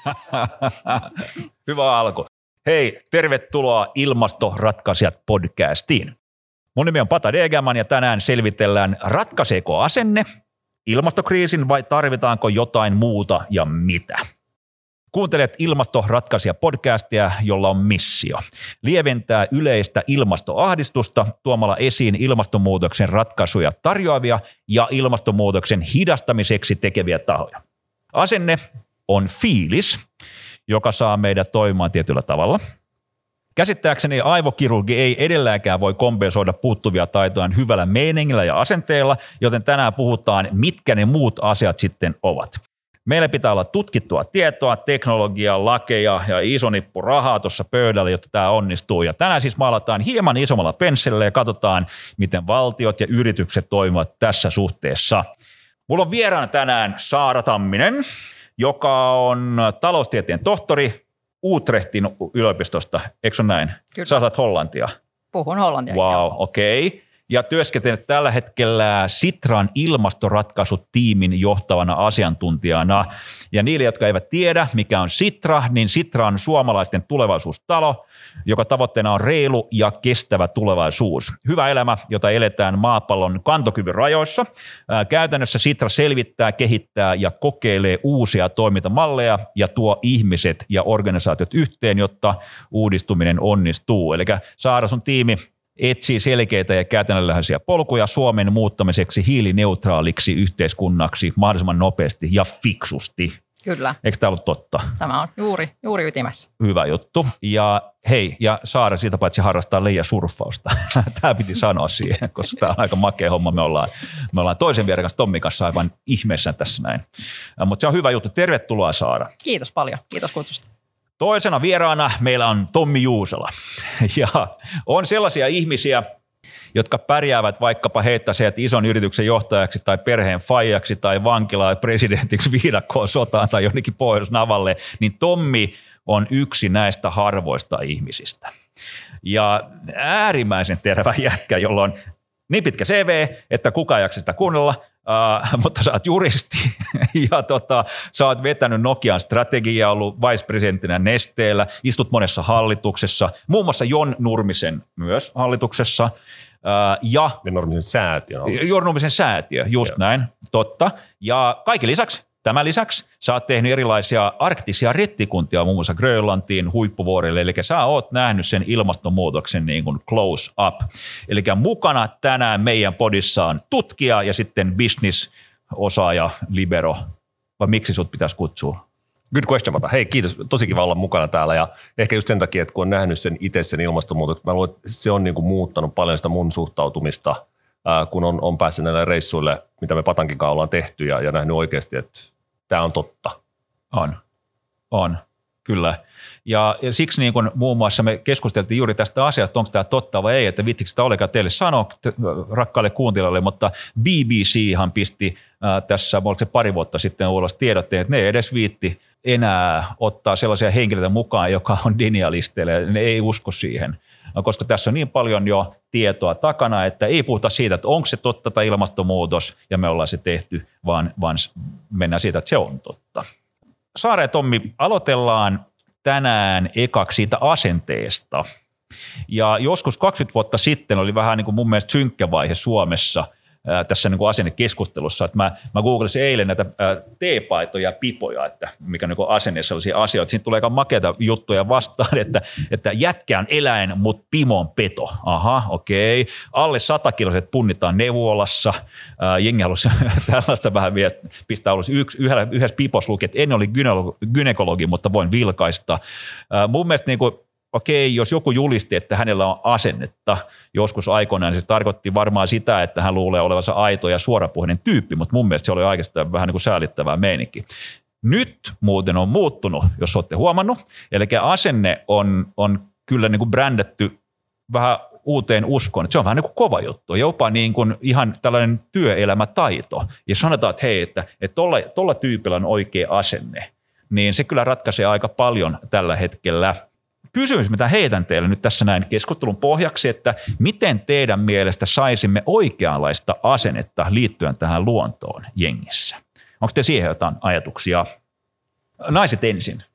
Hyvä alku. Hei, tervetuloa Ilmastoratkaisijat podcastiin. Mun nimi on Pata Degerman ja tänään selvitellään, ratkaiseeko asenne ilmastokriisin vai tarvitaanko jotain muuta ja mitä. Kuuntelet Ilmastoratkaisija podcastia, jolla on missio lieventää yleistä ilmastoahdistusta tuomalla esiin ilmastonmuutoksen ratkaisuja tarjoavia ja ilmastonmuutoksen hidastamiseksi tekeviä tahoja. Asenne on fiilis, joka saa meidät toimimaan tietyllä tavalla. Käsittääkseni aivokirurgi ei edelläänkään voi kompensoida puuttuvia taitojaan hyvällä meiningillä ja asenteella, joten tänään puhutaan, mitkä ne muut asiat sitten ovat. Meillä pitää olla tutkittua tietoa, teknologiaa, lakeja ja iso nippu rahaa tuossa pöydällä, jotta tämä onnistuu. Ja tänään siis maalataan hieman isommalla pensselillä ja katsotaan, miten valtiot ja yritykset toimivat tässä suhteessa. Mulla on vieraana tänään Saara Tamminen, joka on taloustieteen tohtori Utrechtin yliopistosta. Eikö se näin? Kyllä. Sä osaat hollantia. Puhun hollantia. Wow, okei. Okay. Ja työskentelet tällä hetkellä Sitran ilmastoratkaisutiimin johtavana asiantuntijana. Ja niille, jotka eivät tiedä, mikä on Sitra, niin Sitra on suomalaisten tulevaisuustalo, joka tavoitteena on reilu ja kestävä tulevaisuus. Hyvä elämä, jota eletään maapallon kantokyvyn rajoissa. Käytännössä Sitra selvittää, kehittää ja kokeilee uusia toimintamalleja ja tuo ihmiset ja organisaatiot yhteen, jotta uudistuminen onnistuu. Eli Saara, sun tiimi etsii selkeitä ja käytännönläheisiä polkuja Suomen muuttamiseksi hiilineutraaliksi yhteiskunnaksi mahdollisimman nopeasti ja fiksusti. Kyllä. Eikö tämä ollut totta? Tämä on juuri ytimessä. Hyvä juttu. Ja hei, ja Saara siitä paitsi harrastaa leijasurffausta. Tämä piti sanoa siihen, koska tämä on aika makea homma. Me ollaan toisen vieran kanssa Tommin kanssa aivan ihmeessä tässä näin. Mutta se on hyvä juttu. Tervetuloa, Saara. Kiitos paljon. Kiitos kutsusta. Toisena vieraana meillä on Tommi Juusola. Ja on sellaisia ihmisiä, jotka pärjäävät vaikkapa heittää sieltä ison yrityksen johtajaksi tai perheen faijaksi tai vankilaan presidentiksi viidakkoon sotaan tai jonnekin Pohjois-Navalle, niin Tommi on yksi näistä harvoista ihmisistä. Ja äärimmäisen terävä jätkä, jolla on niin pitkä CV, että kukaan ei jaksa sitä kuunnella, mutta sä oot juristi ja sä oot vetänyt Nokian strategiaa, ollut vice-presidenttinä Nesteellä, istut monessa hallituksessa, muun muassa Jon Nurmisen myös hallituksessa. Ja Jon Nurmisen säätiö, just näin, totta. Ja tämän lisäksi sä oot tehnyt erilaisia arktisia rettikuntia muun muassa Grönlantiin, huippuvuorille, eli sä oot nähnyt sen ilmastonmuutoksen niin kuin close up. Eli mukana tänään meidän podissa on tutkija ja sitten business-osaaja, libero, vai miksi sut pitäisi kutsua? Good question, Mata. Hei, kiitos. Tosi kiva olla mukana täällä ja ehkä just sen takia, että kun on nähnyt sen ilmastonmuutoksen, mä luulen, että se on niin kuin muuttanut paljon sitä mun suhtautumista, kun on päässyt näille reissuille, mitä me Patankin kanssa ollaan tehty ja nähnyt oikeasti, että tämä on totta. On, kyllä. Ja siksi niin kuin muun muassa me keskusteltiin juuri tästä asiasta, että onko tämä totta vai ei, että viittikö sitä olekaan teille sanoa rakkaille kuuntelijoille, mutta BBChan pisti tässä, oliko se pari vuotta sitten ulos tiedotteen, että ne ei edes viitti enää ottaa sellaisia henkilöitä mukaan, joka on denialisteille, ja ne ei usko siihen. Koska tässä on niin paljon jo tietoa takana, että ei puhuta siitä, että onko se totta tai ilmastonmuutos, ja me ollaan se tehty, vaan mennään siitä, että se on totta. Saara ja Tommi, aloitellaan tänään ekaksi siitä asenteesta. Ja joskus 20 vuotta sitten oli vähän niin kuin mun mielestä synkkä vaihe Suomessa tässä niin kuin asennekeskustelussa, että mä googlasin eilen näitä teepaitoja ja pipoja, että mikä niin kuin asenne sellaisia asioita. Siinä tulee aika makeita juttuja vastaan, että jätkä on eläin, mutta pimo on peto. Aha, okei. Alle 100-kiloiset punnitaan neuvolassa. Jengi halusi tällaista vähän vielä pistää ulos. Yhdessä pipossa luki, että en oli gynekologi, mutta voin vilkaista. Mun mielestä niin kuin okei, jos joku julisti, että hänellä on asennetta joskus aikoinaan, niin se tarkoitti varmaan sitä, että hän luulee olevansa aito ja suorapuheinen tyyppi, mutta mun mielestä se oli oikeastaan vähän niin kuin säälittävää meininki. Nyt muuten on muuttunut, jos olette huomannut, eli asenne on kyllä niin kuin brändätty vähän uuteen uskoon, että se on vähän niin kuin kova juttu, jopa niin kuin ihan tällainen työelämätaito. Ja sanotaan, että hei, että tuolla tyypillä on oikea asenne, niin se kyllä ratkaisee aika paljon tällä hetkellä. Kysymys, mitä heitän teille nyt tässä näin keskustelun pohjaksi, että miten teidän mielestä saisimme oikeanlaista asennetta liittyen tähän luontoon jengissä? Onko te siihen jotain ajatuksia? Naiset ensin.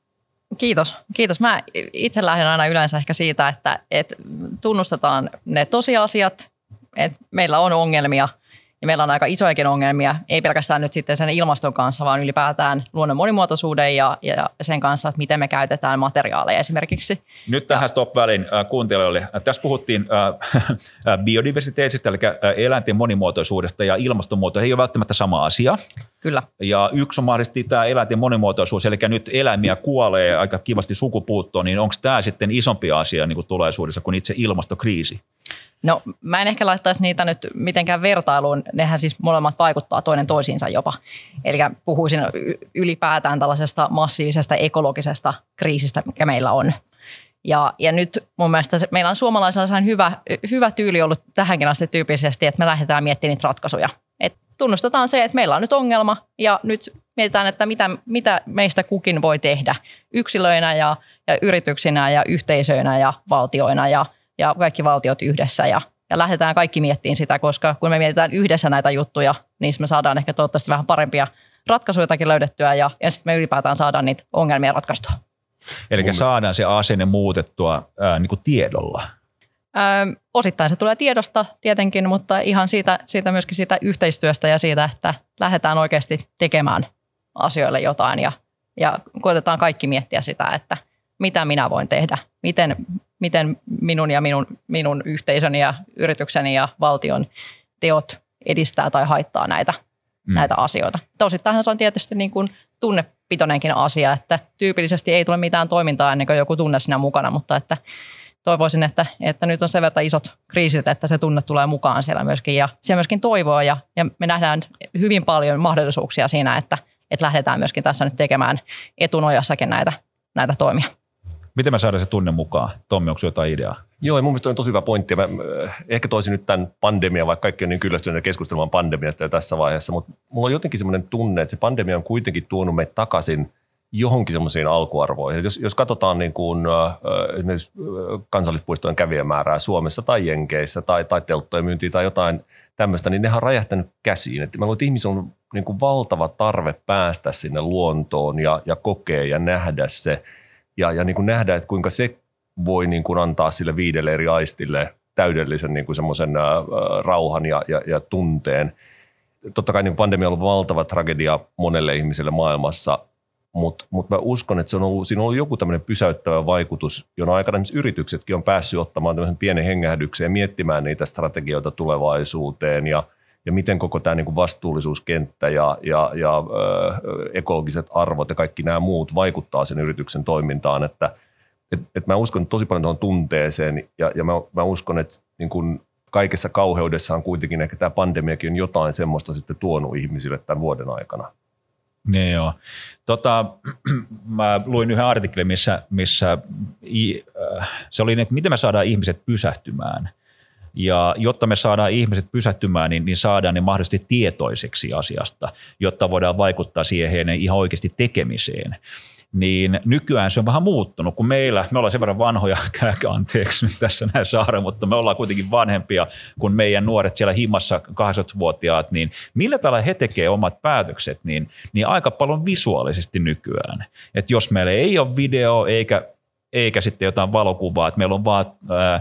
Kiitos. Mä itse lähden aina yleensä ehkä siitä, että tunnustetaan ne tosiasiat, että meillä on ongelmia ja meillä on aika isojakin ongelmia, ei pelkästään nyt sitten sen ilmaston kanssa, vaan ylipäätään luonnon monimuotoisuuden ja sen kanssa, että miten me käytetään materiaaleja esimerkiksi. Nyt tähän stop-väliin kuuntelijoille. Tässä puhuttiin biodiversiteetistä, eli eläinten monimuotoisuudesta ja ilmastonmuutosta. Ei ole välttämättä sama asia. Kyllä. Ja yksi on mahdollisesti tämä eläinten monimuotoisuus, eli nyt eläimiä kuolee aika kivasti sukupuuttoon, niin onko tämä sitten isompi asia niin kuin tulevaisuudessa kuin itse ilmastokriisi? No mä en ehkä laittaisi niitä nyt mitenkään vertailuun, nehän siis molemmat vaikuttaa toinen toisiinsa jopa. Eli puhuisin ylipäätään tällaisesta massiivisesta ekologisesta kriisistä, mikä meillä on. Ja nyt mun mielestä meillä on suomalaisilla hyvä tyyli ollut tähänkin asti tyypillisesti, että me lähdetään miettimään niitä ratkaisuja. Et tunnustetaan se, että meillä on nyt ongelma ja nyt mietitään, että mitä meistä kukin voi tehdä yksilöinä ja yrityksinä ja yhteisöinä ja valtioina ja kaikki valtiot yhdessä ja lähdetään kaikki miettimään sitä, koska kun me mietitään yhdessä näitä juttuja, niin me saadaan ehkä toivottavasti vähän parempia ratkaisuitakin löydettyä ja sitten me ylipäätään saadaan niitä ongelmia ratkaistua. Eli saadaan se asenne muutettua niin kuin tiedolla. Osittain se tulee tiedosta tietenkin, mutta ihan siitä myöskin siitä yhteistyöstä ja siitä, että lähdetään oikeasti tekemään asioille jotain ja koetetaan kaikki miettiä sitä, että mitä minä voin tehdä, miten minun ja minun yhteisöni ja yritykseni ja valtion teot edistää tai haittaa näitä asioita. Osittain se on tietysti niin kuin tunnepitoinenkin asia, että tyypillisesti ei tule mitään toimintaa ennen kuin joku tunne siinä mukana, mutta että toivoisin, että nyt on sen verran isot kriisit, että se tunne tulee mukaan siellä myöskin ja siellä myöskin toivoa ja me nähdään hyvin paljon mahdollisuuksia siinä, että lähdetään myöskin tässä nyt tekemään etunojassakin näitä toimia. Miten mä saadaan se tunne mukaan? Tommi, onko jotain ideaa? Joo, mun mielestä on tosi hyvä pointti. Mä ehkä toisin nyt tämän pandemian, vaikka kaikki on niin kyllästyneet keskustelemaan pandemiasta jo tässä vaiheessa, mutta mulla on jotenkin semmoinen tunne, että se pandemia on kuitenkin tuonut meitä takaisin johonkin semmoisiin alkuarvoihin. Jos katsotaan niin kuin, esimerkiksi kansallispuistojen kävijämäärää Suomessa tai Jenkeissä tai telttojen myyntiä tai jotain tämmöistä, niin nehän on räjähtänyt käsiin. Että mä luulen, että ihmisillä on niin kuin valtava tarve päästä sinne luontoon ja kokea ja nähdä se. Ja niin kuin nähdä, että kuinka se voi niin kuin antaa sille 5 eri aistille täydellisen niin kuin semmoisen rauhan ja tunteen. Totta kai niin pandemia on ollut valtava tragedia monelle ihmiselle maailmassa, mutta mä uskon, että siinä on ollut joku tämmöinen pysäyttävä vaikutus, jona aikana esimerkiksi yrityksetkin on päässyt ottamaan tämmöisen pienen hengähdyksen ja miettimään niitä strategioita tulevaisuuteen ja miten koko tämä niin kuin vastuullisuuskenttä ja ekologiset arvot ja kaikki nämä muut vaikuttaa sen yrityksen toimintaan. Että mä uskon tosi paljon tuohon tunteeseen ja mä uskon, että niin kuin kaikessa kauheudessaan kuitenkin ehkä tämä pandemiakin on jotain semmoista sitten tuonut ihmisille tämän vuoden aikana. Niin joo. Mä luin yhden artikkelin, missä se oli, että miten me saadaan ihmiset pysähtymään. Ja jotta me saadaan ihmiset pysähtymään, niin saadaan ne mahdollisesti tietoiseksi asiasta, jotta voidaan vaikuttaa siihen heidän ihan oikeasti tekemiseen. Niin nykyään se on vähän muuttunut, kun me ollaan sen verran vanhoja, anteeksi tässä näin saada, mutta me ollaan kuitenkin vanhempia kuin meidän nuoret siellä himmassa 80-vuotiaat, niin millä tavalla he tekevät omat päätökset, niin aika paljon visuaalisesti nykyään. Että jos meillä ei ole video eikä sitten jotain valokuvaa, että meillä on vaan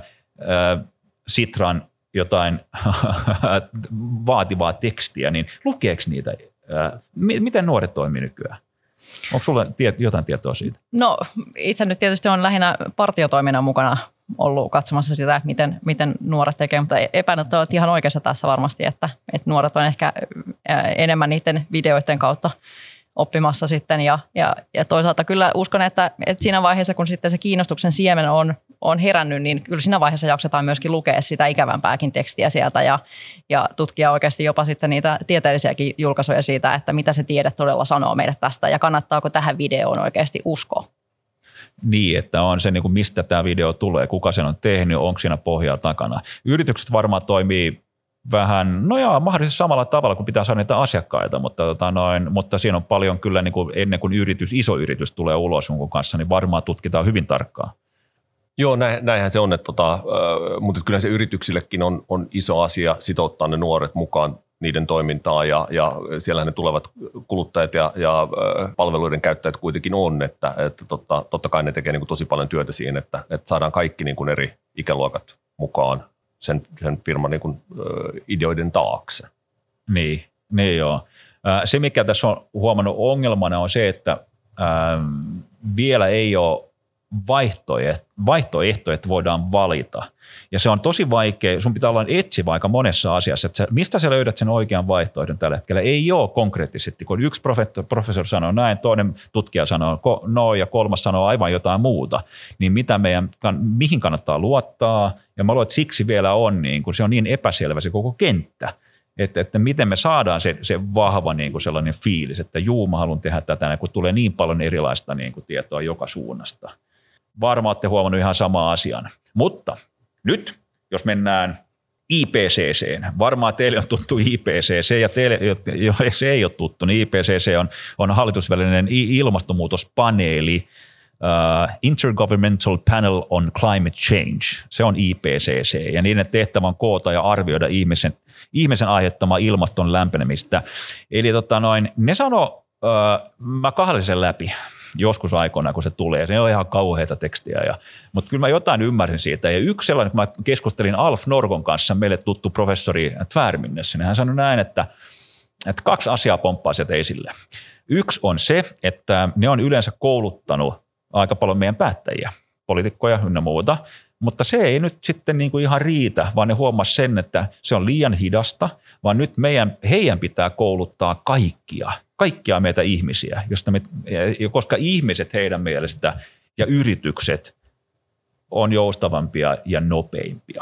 Sitran jotain vaativaa tekstiä, niin lukeeko niitä? Miten nuoret toimii nykyään? Onko sulla jotain tietoa siitä? No itse nyt tietysti on lähinnä partiotoiminnan mukana ollut katsomassa sitä, että miten nuoret tekee, mutta epäilen, että olet ihan oikeassa tässä varmasti, että nuoret on ehkä enemmän niiden videoiden kautta oppimassa sitten ja toisaalta kyllä uskon, että siinä vaiheessa, kun sitten se kiinnostuksen siemen on herännyt, niin kyllä siinä vaiheessa jaksetaan myöskin lukea sitä ikävämpääkin tekstiä sieltä ja tutkia oikeasti jopa sitten niitä tieteellisiäkin julkaisuja siitä, että mitä se tiede todella sanoo meille tästä ja kannattaako tähän videoon oikeasti uskoa. Niin, että on se, niin kuin mistä tämä video tulee, kuka sen on tehnyt, onko siinä pohjaa takana. Yritykset varmaan toimii vähän, mahdollisesti samalla tavalla, kun pitää saada niitä asiakkaita, mutta siinä on paljon kyllä, niin kuin ennen kuin iso yritys tulee ulos jonkun kanssa, niin varmaan tutkitaan hyvin tarkkaan. Joo, näinhän se on, mutta kyllä se yrityksillekin on iso asia sitouttaa ne nuoret mukaan niiden toimintaa ja siellä ne tulevat kuluttajat ja palveluiden käyttäjät kuitenkin on, että totta kai ne tekee niin kuin tosi paljon työtä siinä, että saadaan kaikki niin kuin eri ikäluokat mukaan sen firman niin kuin ideoiden taakse. Niin joo. Se, mikä tässä on huomannut ongelmana, on se, että vielä ei ole vaihtoehtoja, että voidaan valita. Ja se on tosi vaikea, sun pitää olla etsivä aika monessa asiassa, että mistä sä löydät sen oikean vaihtoehdon tällä hetkellä. Ei ole konkreettisesti, kun yksi professori sanoo näin, toinen tutkija sanoo no ja kolmas sanoo aivan jotain muuta, niin mihin kannattaa luottaa, ja mä luulen, että siksi vielä on, niin kun se on niin epäselvä se koko kenttä, että miten me saadaan se vahva niin kuin sellainen fiilis, että mä haluan tehdä tätä, kun tulee niin paljon erilaista niin kuin tietoa joka suunnasta. Varmaan olette huomannut ihan sama asian. Mutta nyt, jos mennään IPCC:hen, varmaan teille on tuttu IPCC, ja teille, jos ei ole tuttu, niin IPCC on hallitusvälinen ilmastonmuutospaneeli, Intergovernmental Panel on Climate Change, se on IPCC, ja niiden tehtävä on koota ja arvioida ihmisen aiheuttamaa ilmaston lämpenemistä. Eli ne sanoo, mä kahdelin sen läpi joskus aikoina, kun se tulee. Se on ihan kauheita tekstiä, mutta kyllä mä jotain ymmärsin siitä. Ja yksi sellainen, kun mä keskustelin Alf Norgon kanssa, meille tuttu professori Tvärminnes, niin hän sanoi näin, että kaksi asiaa pomppaa sieltä esille. Yksi on se, että ne on yleensä kouluttanut aika paljon meidän päättäjiä, poliitikkoja ynnä muuta, mutta se ei nyt sitten niin kuin ihan riitä, vaan ne huomasi sen, että se on liian hidasta, vaan nyt heidän pitää kouluttaa kaikkia meitä ihmisiä, koska ihmiset heidän mielestä ja yritykset on joustavampia ja nopeimpia.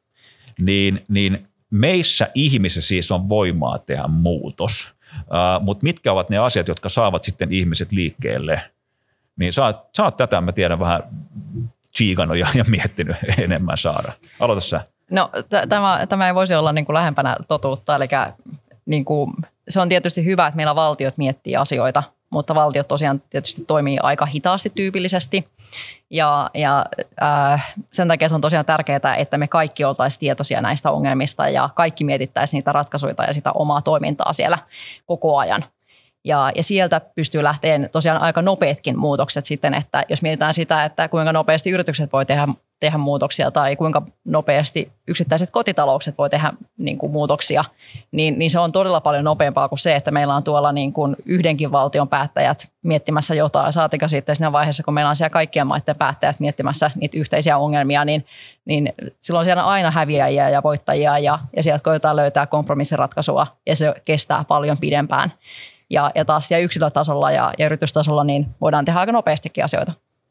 Niin meissä ihmisissä siis on voimaa tehdä muutos, mutta mitkä ovat ne asiat, jotka saavat sitten ihmiset liikkeelle, niin sä oot tätä, mä tiedän, vähän tsiikannut ja miettinyt enemmän, Saara. Aloita sä. No tämä ei voisi olla niin kuin lähempänä totuutta, eli niin kuin, se on tietysti hyvä, että meillä valtiot miettii asioita, mutta valtiot tosiaan tietysti toimii aika hitaasti tyypillisesti. Ja sen takia se on tosiaan tärkeää, että me kaikki oltaisiin tietoisia näistä ongelmista ja kaikki mietittäisiin niitä ratkaisuja ja sitä omaa toimintaa siellä koko ajan. Ja sieltä pystyy lähteen tosiaan aika nopeatkin muutokset sitten, että jos mietitään sitä, että kuinka nopeasti yritykset voi tehdä muutoksia tai kuinka nopeasti yksittäiset kotitaloukset voi tehdä niin kuin muutoksia, niin se on todella paljon nopeampaa kuin se, että meillä on tuolla niin kuin yhdenkin valtion päättäjät miettimässä jotain. Saatika sitten siinä vaiheessa, kun meillä on siellä kaikkien maiden päättäjät miettimässä niitä yhteisiä ongelmia, niin silloin siellä on aina häviäjiä ja voittajia ja sieltä koetaan löytää kompromissiratkaisua ja se kestää paljon pidempään. Ja taas siellä yksilötasolla ja yritystasolla niin voidaan tehdä aika nopeastikin asioita.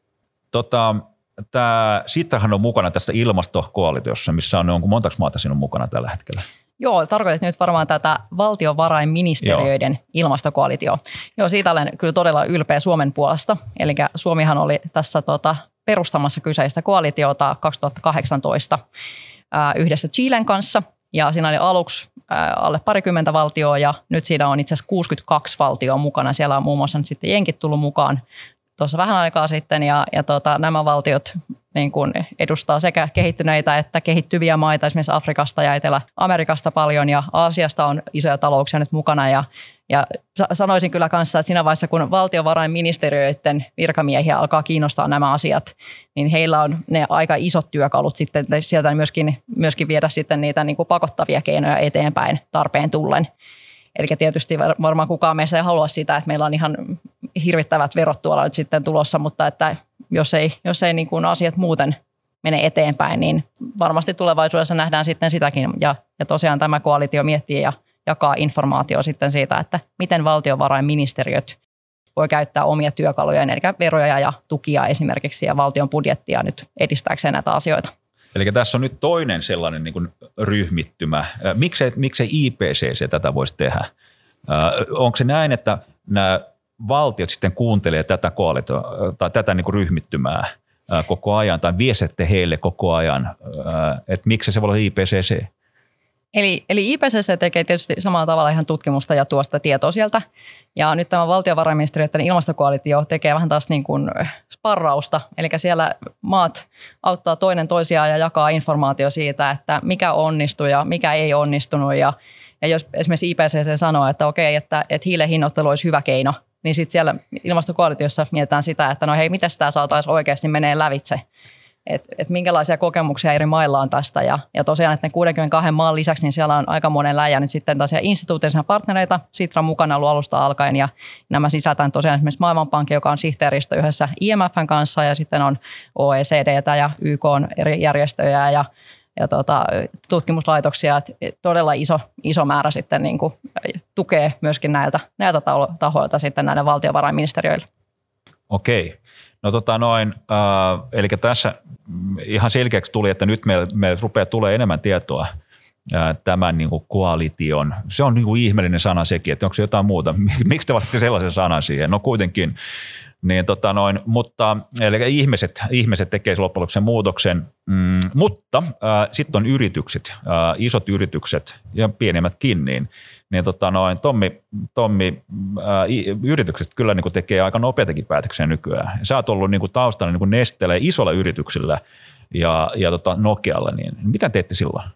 Sitrahan on mukana tässä ilmastokoalitiossa, missä on montako maata siinä on mukana tällä hetkellä? Joo, tarkoitat nyt varmaan tätä valtiovarainministeriöiden ilmastokoalitio. Joo, siitä olen kyllä todella ylpeä Suomen puolesta. Eli Suomihan oli tässä perustamassa kyseistä koalitiota 2018 yhdessä Chilen kanssa. Ja siinä oli aluksi alle 20 valtioa ja nyt siinä on itse asiassa 62 valtioa mukana. Siellä on muun muassa nyt sitten jenkit tullut mukaan tuossa vähän aikaa sitten ja nämä valtiot niin kuin edustaa sekä kehittyneitä että kehittyviä maita, esimerkiksi Afrikasta ja Etelä-Amerikasta paljon ja Aasiasta on isoja talouksia nyt mukana ja sanoisin kyllä kanssa, että siinä vaiheessa kun valtiovarainministeriöiden virkamiehiä alkaa kiinnostaa nämä asiat, niin heillä on ne aika isot työkalut sitten sieltä myöskin viedä sitten niitä niin kuin pakottavia keinoja eteenpäin tarpeen tullen. Eli tietysti varmaan kukaan meistä ei halua sitä, että meillä on ihan hirvittävät verot tuolla nyt sitten tulossa, mutta että jos ei niin kuin asiat muuten mene eteenpäin, niin varmasti tulevaisuudessa nähdään sitten sitäkin. Ja tosiaan tämä koalitio miettii ja jakaa informaatiota sitten siitä, että miten valtiovarainministeriöt voi käyttää omia työkaluja, eli veroja ja tukia esimerkiksi ja valtion budjettia nyt edistääkseen näitä asioita. Eli tässä on nyt toinen sellainen niin kuin ryhmittymä. Miksei IPCC tätä voisi tehdä? Onko se näin, että nämä valtiot sitten kuuntelee tätä tai tätä niin kuin ryhmittymää koko ajan tai viesette heille koko ajan, että miksi se voi olla IPCC? Eli IPCC tekee tietysti samalla tavalla ihan tutkimusta ja tuosta tietoa sieltä. Ja nyt tämä valtiovarainministeriöiden ilmastokoalitio tekee vähän taas niin kuin sparrausta. Eli siellä maat auttaa toinen toisiaan ja jakaa informaatio siitä, että mikä onnistuu ja mikä ei onnistunut. Ja Ja jos esimerkiksi IPCC sanoo, että okei, että hiilen hinnoittelu olisi hyvä keino, niin sitten siellä ilmastokoalitiossa mietitään sitä, että no hei, miten tämä saataisiin oikeasti menee lävitse. Että minkälaisia kokemuksia eri mailla on tästä. Ja tosiaan, että ne 62 maan lisäksi, niin siellä on aika monen läjä nyt sitten tosiaan instituutioissa partnereita. Sitra mukana ollut alusta alkaen ja nämä sisältään tosiaan esimerkiksi Maailmanpankki, joka on sihteeristö yhdessä IMFn kanssa ja sitten on OECDtä ja YK on eri järjestöjä ja tutkimuslaitoksia. Että todella iso määrä sitten niin kuin tukee myöskin näiltä tahoilta sitten näille valtiovarainministeriöille. Okei. No eli tässä ihan selkeäksi tuli, että nyt meille rupeaa tulee enemmän tietoa tämän niin kuin koalition. Se on niin kuin ihmeellinen sana sekin, että onko se jotain muuta. Miksi te valitsitte sellaisen sanan siihen? No kuitenkin. Niin, mutta eli ihmiset tekee loppujen lopuksi sen muutoksen, mutta sitten on yritykset, isot yritykset ja pienemmätkin, niin Tommi, yritykset kyllä niin kuin tekee aika nopeatakin päätöksiä nykyään. Sä oot ollut niin kuin taustalla niin kuin Nesteellä isolla yrityksillä ja Nokialla, niin mitä teette silloin?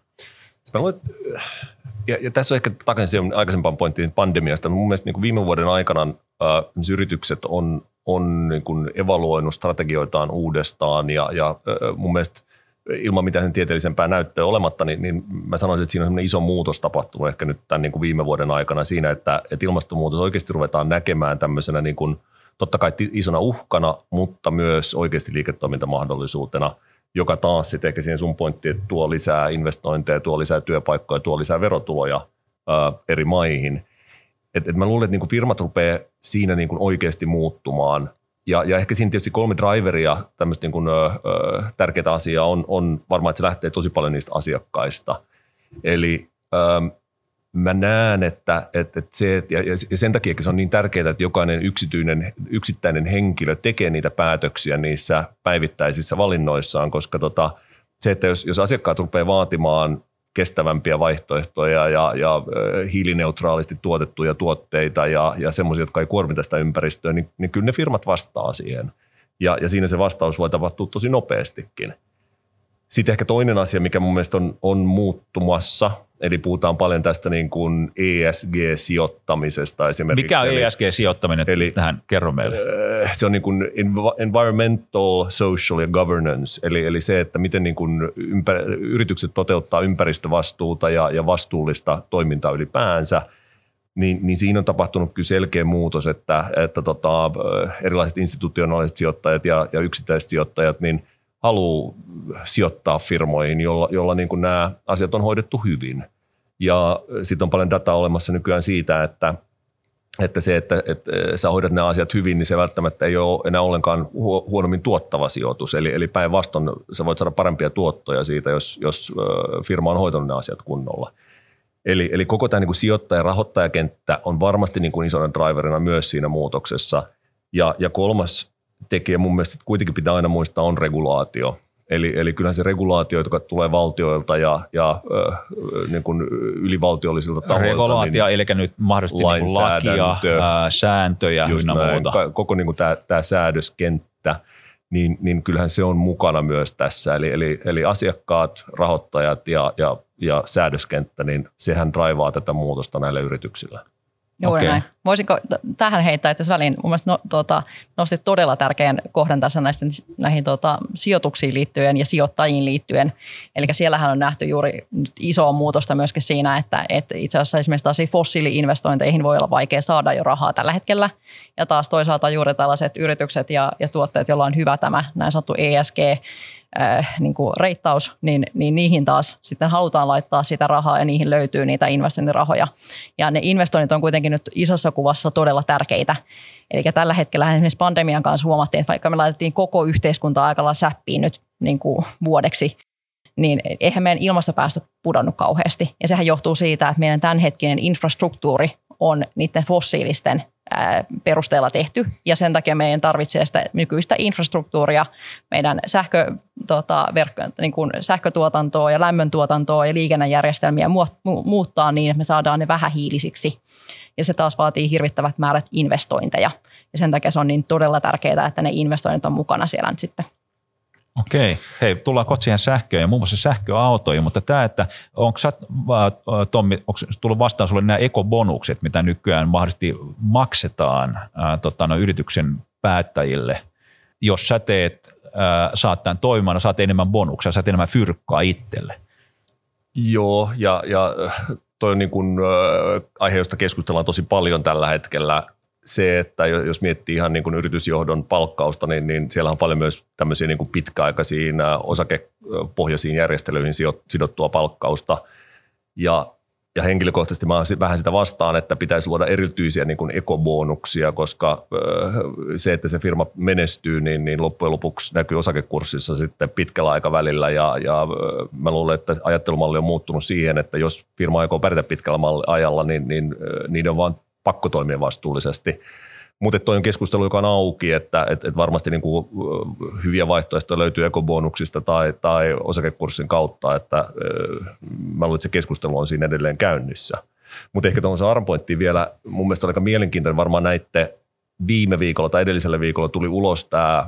Ja tässä on ehkä takaisin aikaisempaan pointtiin pandemiasta. Mun mielestä niin kuin viime vuoden aikana yritykset on niin kuin evaluoinut strategioitaan uudestaan ja mun mielestä ilman mitään sen tieteellisempää näyttöä olematta, niin mä sanoisin, että siinä on sellainen iso muutos tapahtunut ehkä nyt tämän niin kuin viime vuoden aikana siinä, että ilmastonmuutos oikeasti ruvetaan näkemään tämmöisenä niin kuin, totta kai isona uhkana, mutta myös oikeasti liiketoimintamahdollisuutena, joka taas sitten ehkä siihen sun pointtiin, että tuo lisää investointeja, tuo lisää työpaikkoja, tuo lisää verotuloja eri maihin. Et mä luulen, että niinku firmat rupeaa siinä niinku oikeasti muuttumaan. Ja ehkä siinä tietysti 3 driveria, tämmöistä niinku, tärkeää asiaa on varmaan, että se lähtee tosi paljon niistä asiakkaista. Eli mä näen, että se, ja sen takia se on niin tärkeää, että jokainen yksittäinen henkilö tekee niitä päätöksiä niissä päivittäisissä valinnoissaan, koska se, että jos asiakkaat rupeaa vaatimaan kestävämpiä vaihtoehtoja ja hiilineutraalisti tuotettuja tuotteita ja semmoisia, jotka ei kuormita sitä ympäristöä, niin kyllä ne firmat vastaa siihen. Ja siinä se vastaus voi tapahtua tosi nopeastikin. Sitten ehkä toinen asia, mikä mun mielestä on muuttumassa, eli puhutaan paljon tästä niin kuin ESG-sijoittamisesta esimerkiksi. Mikä on ESG-sijoittaminen? Eli tähän kerro meille. Se on niin kuin environmental, social ja governance, eli se, että miten niin kuin yritykset toteuttaa ympäristövastuuta ja vastuullista toimintaa ylipäänsä. Niin siinä on tapahtunut kyllä selkeä muutos, että erilaiset institutionaaliset sijoittajat ja yksittäiset sijoittajat niin haluaa sijoittaa firmoihin, jolla niin kuin nämä asiat on hoidettu hyvin. Ja sitten on paljon dataa olemassa nykyään siitä, että sä hoidat nämä asiat hyvin, niin se välttämättä ei ole enää ollenkaan huonommin tuottava sijoitus. Eli päinvastoin sä voit saada parempia tuottoja siitä, jos firma on hoitanut nämä asiat kunnolla. Eli koko tämä niin kuin sijoittaja- ja rahoittajakenttä on varmasti niin kuin isona driverina myös siinä muutoksessa. Ja kolmas tekijä mun mielestä kuitenkin pitää aina muistaa on regulaatio. Eli kyllähän se regulaatio, joka tulee valtioilta ja niin kuin ylivaltiollisilta tahoilta. Regulaatio, niin eli nyt mahdollisesti niin lakia, sääntöjä ynnä muuta. Koko niin kuin tämä säädöskenttä, niin kyllähän se on mukana myös tässä. Eli asiakkaat, rahoittajat ja säädöskenttä, niin sehän draivaa tätä muutosta näille yrityksille. Juuri näin. Voisinko tähän heittää, että väliin mun mielestä nostit todella tärkeän kohdan tässä näihin sijoituksiin liittyen ja sijoittajiin liittyen. Eli siellähän on nähty juuri isoa muutosta myöskin siinä, että itse asiassa esimerkiksi taas fossiili-investointeihin voi olla vaikea saada jo rahaa tällä hetkellä. Ja taas toisaalta juuri tällaiset yritykset ja tuotteet, joilla on hyvä tämä näin sanottu ESG, niin kuin reittaus, niin niihin taas sitten halutaan laittaa sitä rahaa ja niihin löytyy niitä investointirahoja. Ja ne investoinnit on kuitenkin nyt isossa kuvassa todella tärkeitä. Eli tällä hetkellä esimerkiksi pandemian kanssa huomattiin, että vaikka me laitettiin koko yhteiskunta aika lailla säppiin nyt niin kuin vuodeksi, niin eihän meidän ilmastopäästöt pudonnut kauheasti. Ja sehän johtuu siitä, että meidän tämänhetkinen infrastruktuuri on niiden fossiilisten perusteella tehty, ja sen takia meidän tarvitsee sitä nykyistä infrastruktuuria, meidän niin kuin sähkötuotantoa ja lämmöntuotantoa ja liikennejärjestelmiä muuttaa niin, että me saadaan ne vähähiilisiksi. Ja se taas vaatii hirvittävät määrät investointeja. Ja sen takia se on niin todella tärkeää, että ne investoinnit on mukana siellä nyt sitten. Okei. Hei, tullaan kohta siihen sähköön ja muun muassa sähköautoihin, mutta tämä, että onko Tommi, onko tullut vastaan sulle nämä ekobonukset, mitä nykyään mahdollisesti maksetaan yrityksen päättäjille, jos sä saat tämän toimimaan, saat enemmän bonuksia, saat enemmän fyrkkaa itselle? Joo, ja toi on niin kuin aihe, josta keskustellaan tosi paljon tällä hetkellä. Se, että jos miettii ihan niin kuin yritysjohdon palkkausta, niin siellä on paljon myös tämmöisiä niin kuin pitkäaikaisiin osakepohjaisiin järjestelyihin sidottua palkkausta. Ja henkilökohtaisesti mä vähän sitä vastaan, että pitäisi luoda erityisiä niin kuin ekobonuksia, koska se, että se firma menestyy, niin loppujen lopuksi näkyy osakekurssissa sitten pitkällä aikavälillä. Ja mä luulen, että ajattelumalli on muuttunut siihen, että jos firma aikoo pärjätä pitkällä ajalla, niin niiden on vaan pakko toimia vastuullisesti. Mutta toi on keskustelu, joka on auki, että varmasti niin kuin hyviä vaihtoehtoja löytyy ekobonuksista tai osakekurssin kautta, että mä luulen, että se keskustelu on siinä edelleen käynnissä. Mutta ehkä tuohon ARM-pointtiin vielä, mun mielestä oli aika mielenkiintoinen, varmaan näitte viime viikolla tai edellisellä viikolla tuli ulos tämä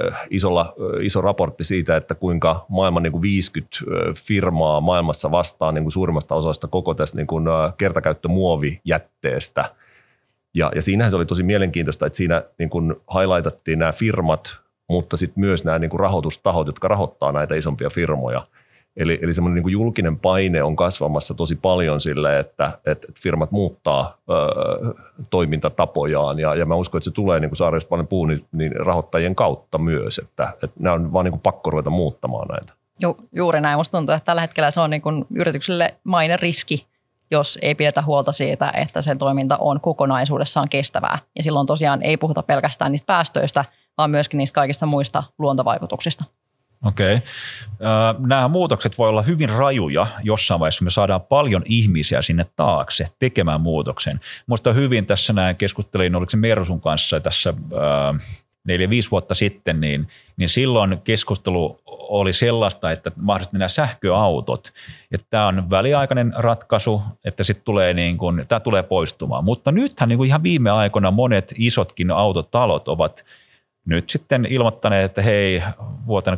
iso raportti siitä, että kuinka maailman niin kuin 50 firmaa maailmassa vastaa niin kuin suurimmasta osasta koko tästä niin kuin kertakäyttömuovijätteestä. Ja siinähän se oli tosi mielenkiintoista, että siinä niin kuin highlightattiin nämä firmat, mutta sitten myös nämä niin kuin rahoitustahot, jotka rahoittaa näitä isompia firmoja. Eli semmoinen niin kuin julkinen paine on kasvamassa tosi paljon sille, että firmat muuttaa toimintatapojaan. Ja mä uskon, että se tulee, niin kuin Saari paljon puhui, niin rahoittajien kautta myös, että nämä on vaan niin kuin pakko ruveta muuttamaan näitä. Juuri näin. Musta tuntuu, että tällä hetkellä se on niin kuin yritykselle maine riski, jos ei pidetä huolta siitä, että sen toiminta on kokonaisuudessaan kestävää. Ja silloin tosiaan ei puhuta pelkästään niistä päästöistä, vaan myöskin niistä kaikista muista luontovaikutuksista. Okei. Nämä muutokset voi olla hyvin rajuja jossain vaiheessa. Me saadaan paljon ihmisiä sinne taakse tekemään muutoksen. Minusta hyvin tässä keskustelin, oliko se Mersun kanssa tässä 4-5 vuotta sitten, niin silloin keskustelu oli sellaista, että mahdollisesti nämä sähköautot, että tämä on väliaikainen ratkaisu, että sitten tulee tämä tulee poistumaan. Mutta nythän niin kuin ihan viime aikoina monet isotkin autotalot ovat nyt sitten ilmoittaneet, että hei, vuoteen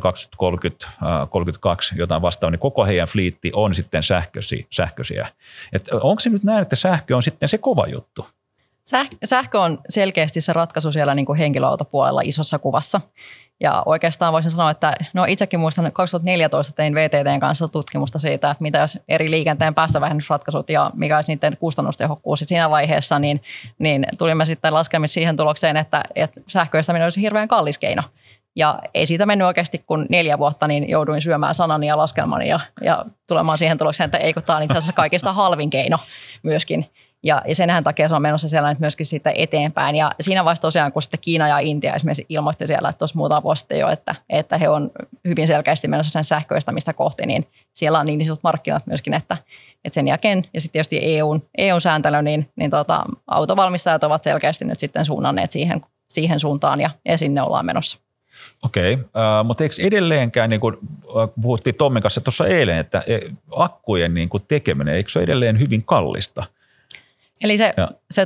2032 jotain vastaavaa, niin koko heidän fliitti on sitten sähköisiä. Että onko se nyt näin, että sähkö on sitten se kova juttu? Sähkö on selkeästi se ratkaisu siellä niin kuin henkilöautopuolella isossa kuvassa. Ja oikeastaan voisin sanoa, että itsekin muistan 2014 tein VTT:n kanssa tutkimusta siitä, että mitä jos eri liikenteen päästövähennysratkaisut ja mikä olisi niiden kustannustehokkuus. Ja siinä vaiheessa niin tulimme sitten laskelmissa siihen tulokseen, että sähköistäminen olisi hirveän kallis keino. Ja ei siitä mennyt oikeasti kuin 4 vuotta, niin jouduin syömään sanani ja laskelmani ja tulemaan siihen tulokseen, että ei kun tämä on itse asiassa kaikista halvin keino myöskin. Ja senhän takia se on menossa siellä nyt myöskin sitten eteenpäin. Ja siinä vaiheessa tosiaan, kun sitten Kiina ja Intia esimerkiksi ilmoitti siellä, että tuossa muutama vuosi sitten jo, että he on hyvin selkeästi menossa sen sähköistämistä kohti, niin siellä on niin isot markkinat myöskin, että sen jälkeen, ja sitten tietysti EU-sääntely, niin autovalmistajat ovat selkeästi nyt sitten suunnanneet siihen suuntaan, ja sinne ollaan menossa. Okei, mutta eikö edelleenkään, niin kuin puhuttiin Tommin kanssa tuossa eilen, että akkujen niin kuin tekeminen, eikö se ole edelleen hyvin kallista? Eli se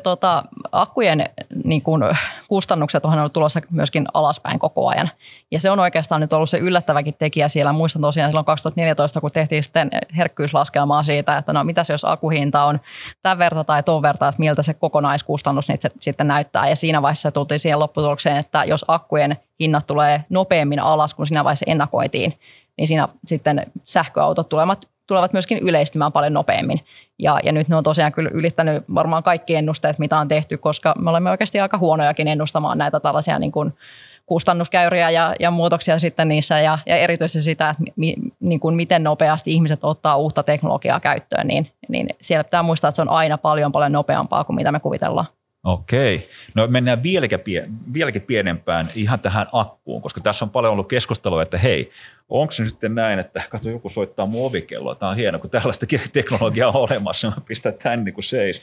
akkujen niin kuin kustannukset on ollut tulossa myöskin alaspäin koko ajan. Ja se on oikeastaan nyt ollut se yllättäväkin tekijä siellä. Muistan tosiaan silloin 2014, kun tehtiin sitten herkkyyslaskelmaa siitä, että mitäs jos akkuhinta on tämän verta tai ton verta, että miltä se kokonaiskustannus nyt sitten näyttää. Ja siinä vaiheessa tultiin siihen lopputulokseen, että jos akkujen hinnat tulee nopeammin alas kuin siinä vaiheessa ennakoitiin, niin siinä sitten sähköautot tulevat myöskin yleistymään paljon nopeammin. Ja nyt ne on tosiaan kyllä ylittänyt varmaan kaikki ennusteet, mitä on tehty, koska me olemme oikeasti aika huonojakin ennustamaan näitä tällaisia niin kuin kustannuskäyriä ja muutoksia sitten niissä. Ja erityisesti sitä, että niin kuin miten nopeasti ihmiset ottaa uutta teknologiaa käyttöön, niin siellä pitää muistaa, että se on aina paljon nopeampaa kuin mitä me kuvitellaan. Okei. No mennään vieläkin pienempään ihan tähän akkuun, koska tässä on paljon ollut keskustelua, että hei, onko se sitten näin, että katso, joku soittaa mun ovikelloa, tämä on hienoa, kun tällaistakin teknologiaa on olemassa, mä pistän tämän niin kuin seis.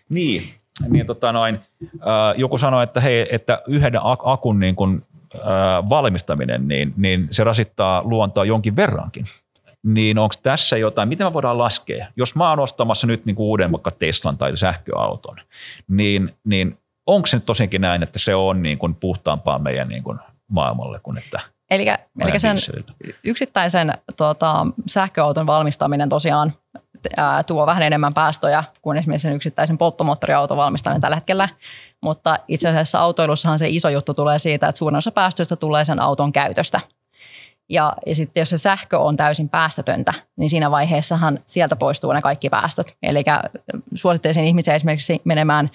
Joku sanoi, että hei, että yhden akun niin kuin, valmistaminen, niin se rasittaa luontoa jonkin verrankin. Niin onko tässä jotain, miten me voidaan laskea? Jos mä oon ostamassa nyt niin kuin uuden vaikka Teslan tai sähköauton, niin onko se nyt tosiaankin näin, että se on niin kuin puhtaampaa meidän niin kuin maailmalle kuin että... Eli sen yksittäisen sähköauton valmistaminen tosiaan tuo vähän enemmän päästöjä kuin esimerkiksi sen yksittäisen polttomoottoriauton valmistaminen tällä hetkellä. Mutta itse asiassa autoilussahan se iso juttu tulee siitä, että suurin osa päästöistä tulee sen auton käytöstä. Ja sitten jos se sähkö on täysin päästötöntä, niin siinä vaiheessahan sieltä poistuu ne kaikki päästöt. Eli suosittelisin ihmisiä esimerkiksi menemään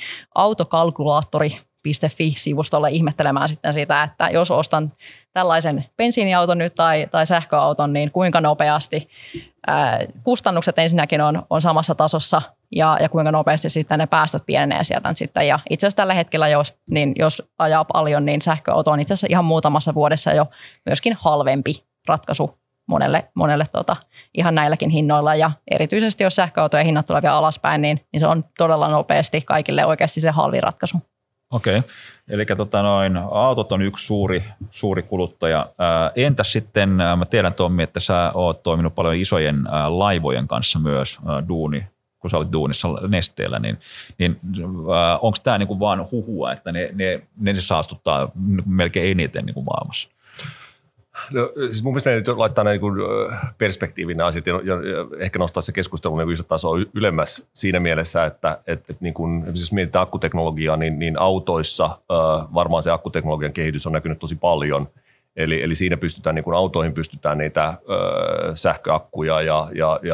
autokalkulaattori.fi-sivustolle ihmettelemään sitten sitä, että jos ostan tällaisen bensiiniauton nyt tai sähköauton, niin kuinka nopeasti kustannukset ensinnäkin on samassa tasossa ja kuinka nopeasti sitten ne päästöt pienenee sieltä sitten. Ja itse asiassa tällä hetkellä, jos ajaa paljon, niin sähköauto on itse asiassa ihan muutamassa vuodessa jo myöskin halvempi ratkaisu monelle ihan näilläkin hinnoilla. Ja erityisesti jos sähköautojen hinnat tulee vielä alaspäin, niin se on todella nopeasti kaikille oikeasti se halvin ratkaisu. Okei, eli autot on yksi suuri kuluttaja. Entäs sitten, mä tiedän Tommi, että sä oot toiminut paljon isojen laivojen kanssa myös kun sä olit duunissa Nesteellä, niin onko tämä niinku vaan huhua, että ne saastuttaa melkein eniten niinku maailmassa? No, siis mun mielestä meidän nyt laittaa näin perspektiivin nämä asiat ja ehkä nostaa se keskustelu niin yhtä tasoa ylemmäs siinä mielessä, että niin kun, jos mietitään akkuteknologiaa, niin autoissa varmaan se akkuteknologian kehitys on näkynyt tosi paljon. Eli siinä pystytään, niin kun autoihin pystytään niitä sähköakkuja ja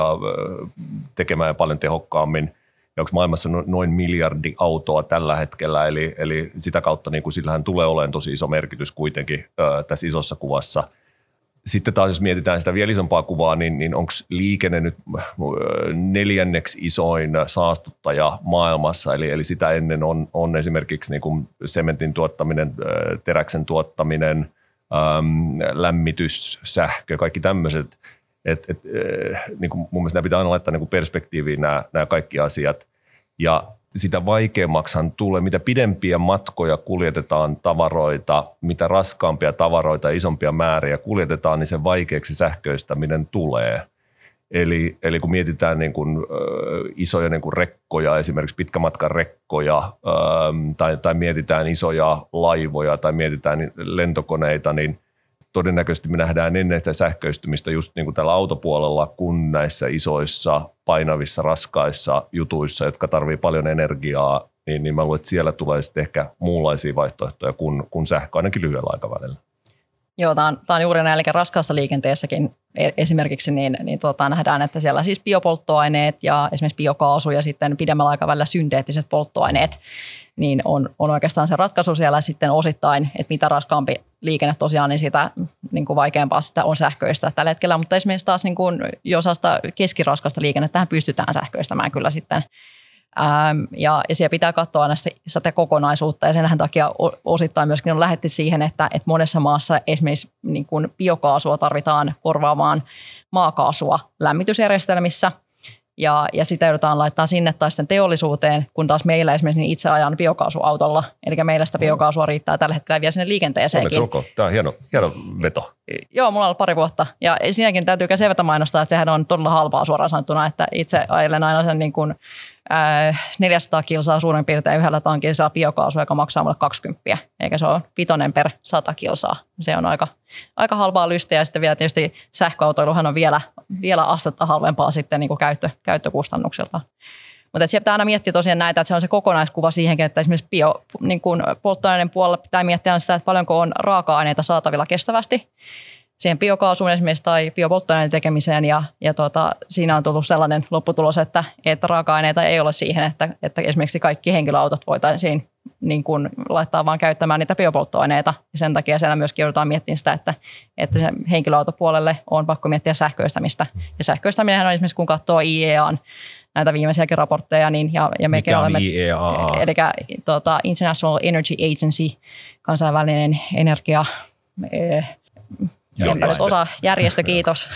tekemään paljon tehokkaammin. Ja onko maailmassa noin miljardi autoa tällä hetkellä, eli sitä kautta niin sillähän tulee olemaan tosi iso merkitys kuitenkin tässä isossa kuvassa. Sitten taas jos mietitään sitä vielä isompaa kuvaa, niin onko liikenne nyt 4. isoin saastuttaja maailmassa, eli sitä ennen on esimerkiksi niin kuin sementin tuottaminen, teräksen tuottaminen, lämmitys, sähkö, kaikki tämmöiset. Niin kuin mun mielestä pitää aina laittaa niin kuin perspektiiviin nämä kaikki asiat. Ja sitä vaikeammaksihan tulee, mitä pidempiä matkoja kuljetetaan tavaroita, mitä raskaampia tavaroita ja isompia määriä kuljetetaan, niin sen vaikeaksi sähköistäminen tulee. Eli kun mietitään niin kuin, isoja niin kuin rekkoja, esimerkiksi pitkämatkan rekkoja, tai mietitään isoja laivoja tai mietitään lentokoneita, niin todennäköisesti me nähdään ennen sitä sähköistymistä just niin kuin tällä autopuolella, kun näissä isoissa, painavissa, raskaissa jutuissa, jotka tarvii paljon energiaa, niin mä luulen, että siellä tulee sitten ehkä muunlaisia vaihtoehtoja kuin sähkö, ainakin lyhyellä aikavälillä. Joo, tämä on juuri näin, eli raskaassa liikenteessäkin esimerkiksi nähdään, että siellä siis biopolttoaineet ja esimerkiksi biokaasu ja sitten pidemmällä aikavälillä synteettiset polttoaineet, niin on oikeastaan se ratkaisu siellä sitten osittain, että mitä raskaampi liikenne tosiaan, niin sitä niin kuin vaikeampaa sitä on sähköistä tällä hetkellä. Mutta esimerkiksi taas niin kuin jo sellaista keskiraskasta liikennettähän pystytään sähköistämään kyllä sitten. Ja siellä pitää katsoa aina sitä kokonaisuutta ja sen takia osittain myöskin on lähdetty siihen, että monessa maassa esimerkiksi niin kuin biokaasua tarvitaan korvaamaan maakaasua lämmitysjärjestelmissä. Ja sitä joudutaan laittamaan sinne tai sitten teollisuuteen, kun taas meillä esimerkiksi niin itse ajan biokaasuautolla. Eli meillä sitä biokaasua riittää tällä hetkellä vielä sinne liikenteeseenkin. Tämä on hieno veto. Joo, mulla on ollut 2 vuotta. Ja siinäkin täytyy selvätä mainostaa, että sehän on todella halpaa suoraan sanottuna, että itse ajelen aina sen niin kuin 400 kilsaa suurin piirtein yhdellä tankilla saa biokaasua, joka maksaa mulle 20, eikä se ole 5 per 100 kilsaa. Se on aika halpaa lystiä ja sitten vielä tietysti sähköautoiluhan on vielä astetta halvempaa sitten niin kuin käyttökustannuksilta. Mutta siellä pitää aina miettiä tosiaan näitä, että se on se kokonaiskuva siihenkin, että esimerkiksi niin polttoaineiden puolella pitää miettiä sitä, että paljonko on raaka-aineita saatavilla kestävästi siihen biokaasuun esimerkiksi tai biopolttoaineiden tekemiseen ja siinä on tullut sellainen lopputulos, että raaka-aineita ei ole siihen, että esimerkiksi kaikki henkilöautot voitaisiin niin kuin laittaa vaan käyttämään niitä biopolttoaineita ja sen takia siellä myöskin joudutaan miettimään sitä, että sen henkilöautopuolelle on pakko miettiä sähköistämistä ja sähköistäminenhän on esimerkiksi kun katsoo IEAn näitä viimeisiäkin raportteja, niin ja mekin mikä on olemme, IEA? eli International Energy Agency, kansainvälinen energia, järjestö, kiitos,